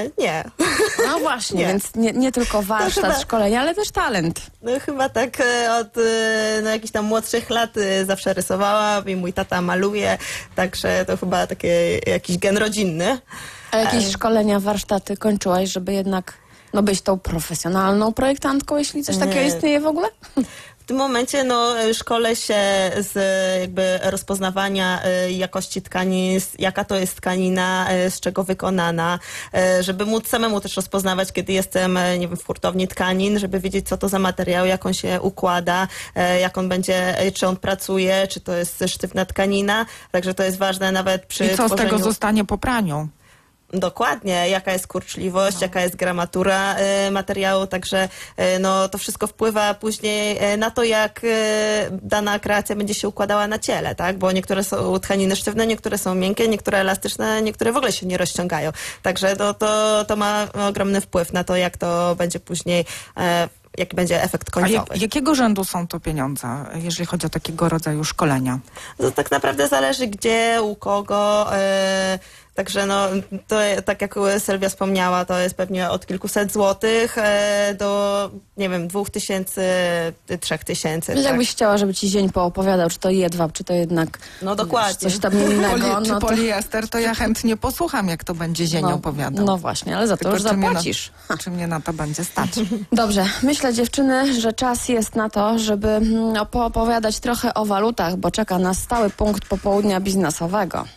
nie. No właśnie, Nie. więc nie, nie tylko warsztat, chyba- szkolenia, ale też talent. No chyba tak e, od e, no, jakichś tam młodszych lat e, zawsze rysowałam i mój tata maluje, także to chyba taki jakiś gen rodzinny. A jakieś szkolenia, warsztaty kończyłaś, żeby jednak no, być tą profesjonalną projektantką, jeśli coś takiego Nie. istnieje w ogóle? W tym momencie no, szkolę się z jakby rozpoznawania e, jakości tkanin, z- jaka to jest tkanina, e, z czego wykonana, e, żeby móc samemu też rozpoznawać, kiedy jestem, e, nie wiem, w hurtowni tkanin, żeby wiedzieć, co to za materiał, jak on się układa, e, jak on będzie, e, czy on pracuje, czy to jest sztywna tkanina. Także to jest ważne nawet przy I co z tworzeniu... tego zostanie po praniu? Dokładnie, jaka jest kurczliwość, jaka jest gramatura e, materiału, także e, no, to wszystko wpływa później e, na to, jak e, dana kreacja będzie się układała na ciele, tak? Bo niektóre są tkaniny sztywne, niektóre są miękkie, niektóre elastyczne, niektóre w ogóle się nie rozciągają. Także to, to, to ma ogromny wpływ na to, jak to będzie później, e, jaki będzie efekt A końcowy. jak, jakiego rzędu są to pieniądze, jeżeli chodzi o takiego rodzaju szkolenia? To tak naprawdę zależy gdzie, u kogo. E, także no, to tak jak Sylwia wspomniała, to jest pewnie od kilkuset złotych e, do, nie wiem, dwóch tysięcy, trzech tysięcy. Więc Tak. jakbyś chciała, żeby ci zień poopowiadał, czy to jedwab, czy to jednak No dokładnie. coś tam innego. Poli, czy no to, poliester, to ja chętnie posłucham, jak to będzie zień no, opowiadał. no właśnie, ale za to Tylko już czy mnie na- zapłacisz. Czy mnie na to będzie stać? Dobrze, myślę dziewczyny, że czas jest na to, żeby mm, poopowiadać trochę o walutach, bo czeka nas stały punkt popołudnia biznesowego.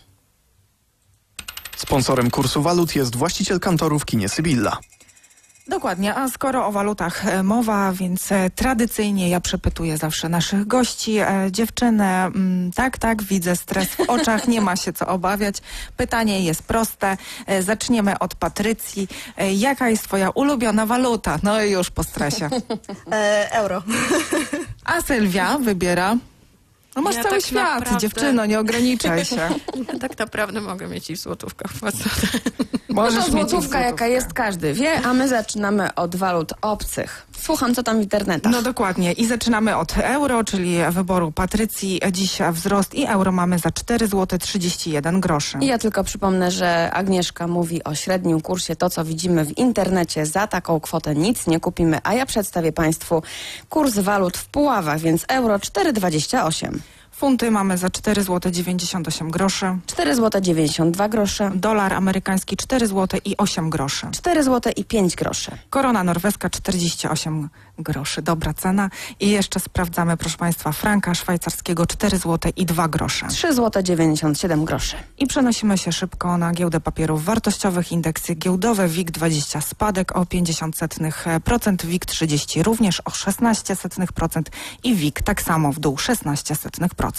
Sponsorem kursu walut jest właściciel kantoru w kinie Sybilla. Dokładnie, a skoro o walutach e, mowa, więc e, tradycyjnie ja przepytuję zawsze naszych gości. E, dziewczyny, mm, tak, tak, widzę stres w oczach, nie ma się co obawiać. Pytanie jest proste. E, zaczniemy od Patrycji. E, jaka jest twoja ulubiona waluta? No i już po stresie. E, euro. A Sylwia wybiera... No masz Ja cały tak świat, naprawdę- dziewczyno, nie ograniczaj się. Ja tak naprawdę mogę mieć i w złotówkach wpłacone. No Możesz to mieć ich złotówka, jaka złotówkę. jest, każdy wie, a my zaczynamy od walut obcych. Słucham, co tam w internetach. No dokładnie. I zaczynamy od euro, czyli wyboru Patrycji. Dziś wzrost i euro mamy za cztery złote trzydzieści jeden groszy. I ja tylko przypomnę, że Agnieszka mówi o średnim kursie, to co widzimy w internecie, za taką kwotę nic nie kupimy, a ja przedstawię Państwu kurs walut w Puławach, więc euro cztery dwadzieścia osiem, Funty mamy za cztery złote dziewięćdziesiąt osiem groszy. cztery złote dziewięćdziesiąt dwa grosze, Dolar amerykański cztery złote i osiem groszy. cztery złote i pięć groszy. Korona norweska czterdzieści osiem groszy. Dobra cena. I jeszcze sprawdzamy, proszę Państwa, franka szwajcarskiego cztery złote i dwa grosze. trzy złote dziewięćdziesiąt siedem groszy. I przenosimy się szybko na giełdę papierów wartościowych. Indeksy giełdowe WIG dwadzieścia spadek o pięćdziesiąt setnych procent, WIG trzydzieści również o szesnaście setnych procent i WIG tak samo w dół szesnaście setnych procent.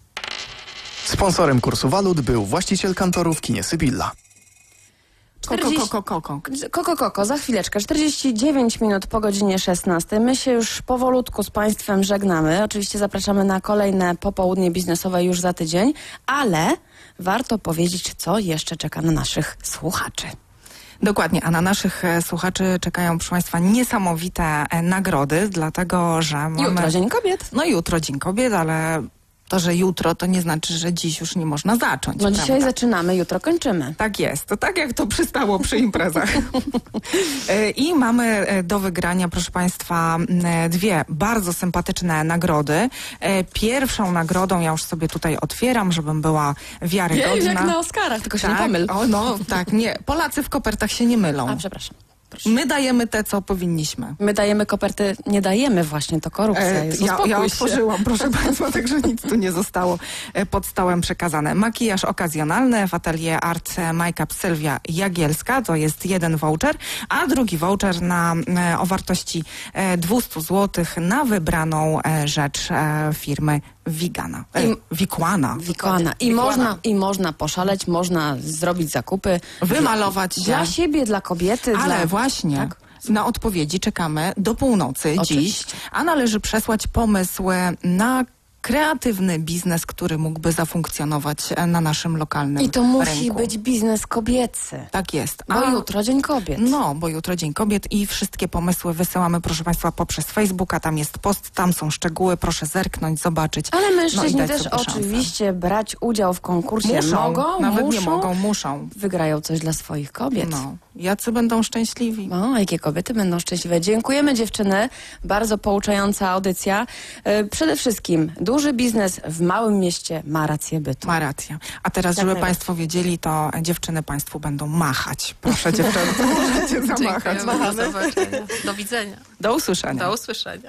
Sponsorem kursu walut był właściciel kantoru w kinie Sybilla. Koko, koko, koko. Koko, koko, za chwileczkę. czterdzieści dziewięć minut po godzinie szesnastej. My się już powolutku z Państwem żegnamy. Oczywiście zapraszamy na kolejne popołudnie biznesowe już za tydzień, ale warto powiedzieć, co jeszcze czeka na naszych słuchaczy. Dokładnie, a na naszych e, słuchaczy czekają, proszę Państwa, niesamowite e, nagrody, dlatego że mamy... Jutro Dzień Kobiet. No jutro Dzień Kobiet, ale to, że jutro, to nie znaczy, że dziś już nie można zacząć. No prawda? dzisiaj zaczynamy, jutro kończymy. Tak jest, to tak jak to przystało przy imprezach. E, I mamy e, do wygrania, proszę Państwa, m, dwie bardzo sympatyczne nagrody. E, Pierwszą nagrodą, ja już sobie tutaj otwieram, żebym była wiarygodna. Wiem, jak na Oscarach, tylko się tak, nie pomyl. O, no, tak, nie. Polacy w kopertach się nie mylą. A, przepraszam. Proszę. My dajemy te, co powinniśmy. My dajemy koperty, nie dajemy właśnie, to korupcja E, jest. ja, Uspokój ja się. otworzyłam, proszę Państwa, także nic tu nie zostało e, pod stołem przekazane. Makijaż okazjonalny w atelier Art Make-up Sylwia Jagielska, to jest jeden voucher, a drugi voucher na, e, o wartości e, dwieście złotych na wybraną e, rzecz e, firmy Wigana. E, I- Wikłana. Wikłana. I można, I można poszaleć, można zrobić zakupy. Wymalować się. Dla siebie, dla kobiety. Ale dla... właśnie, Tak? na odpowiedzi czekamy do północy Oczywiście. dziś, a należy przesłać pomysły na kreatywny biznes, który mógłby zafunkcjonować e, na naszym lokalnym I to musi rynku. być biznes kobiecy. Tak jest. Bo jutro Dzień Kobiet. No, bo jutro Dzień Kobiet i wszystkie pomysły wysyłamy, proszę Państwa, poprzez Facebooka. Tam jest post, tam są szczegóły, proszę zerknąć, zobaczyć. Ale no i mężczyźni dać też sobie szansę. oczywiście brać udział w konkursie Muszą, mogą, nawet muszą, nie mogą, muszą. Wygrają coś dla swoich kobiet. No, jacy będą szczęśliwi. O, jakie kobiety będą szczęśliwe. Dziękujemy dziewczyny. Bardzo pouczająca audycja. E, przede wszystkim duży biznes w małym mieście ma rację bytu. Ma rację. A teraz, Jak żeby najbardziej. Państwo wiedzieli, to dziewczyny Państwu będą machać. Proszę dziewczyny, możecie zamachać. Dziękujemy, do zobaczenia. Do widzenia. Do usłyszenia. Do usłyszenia.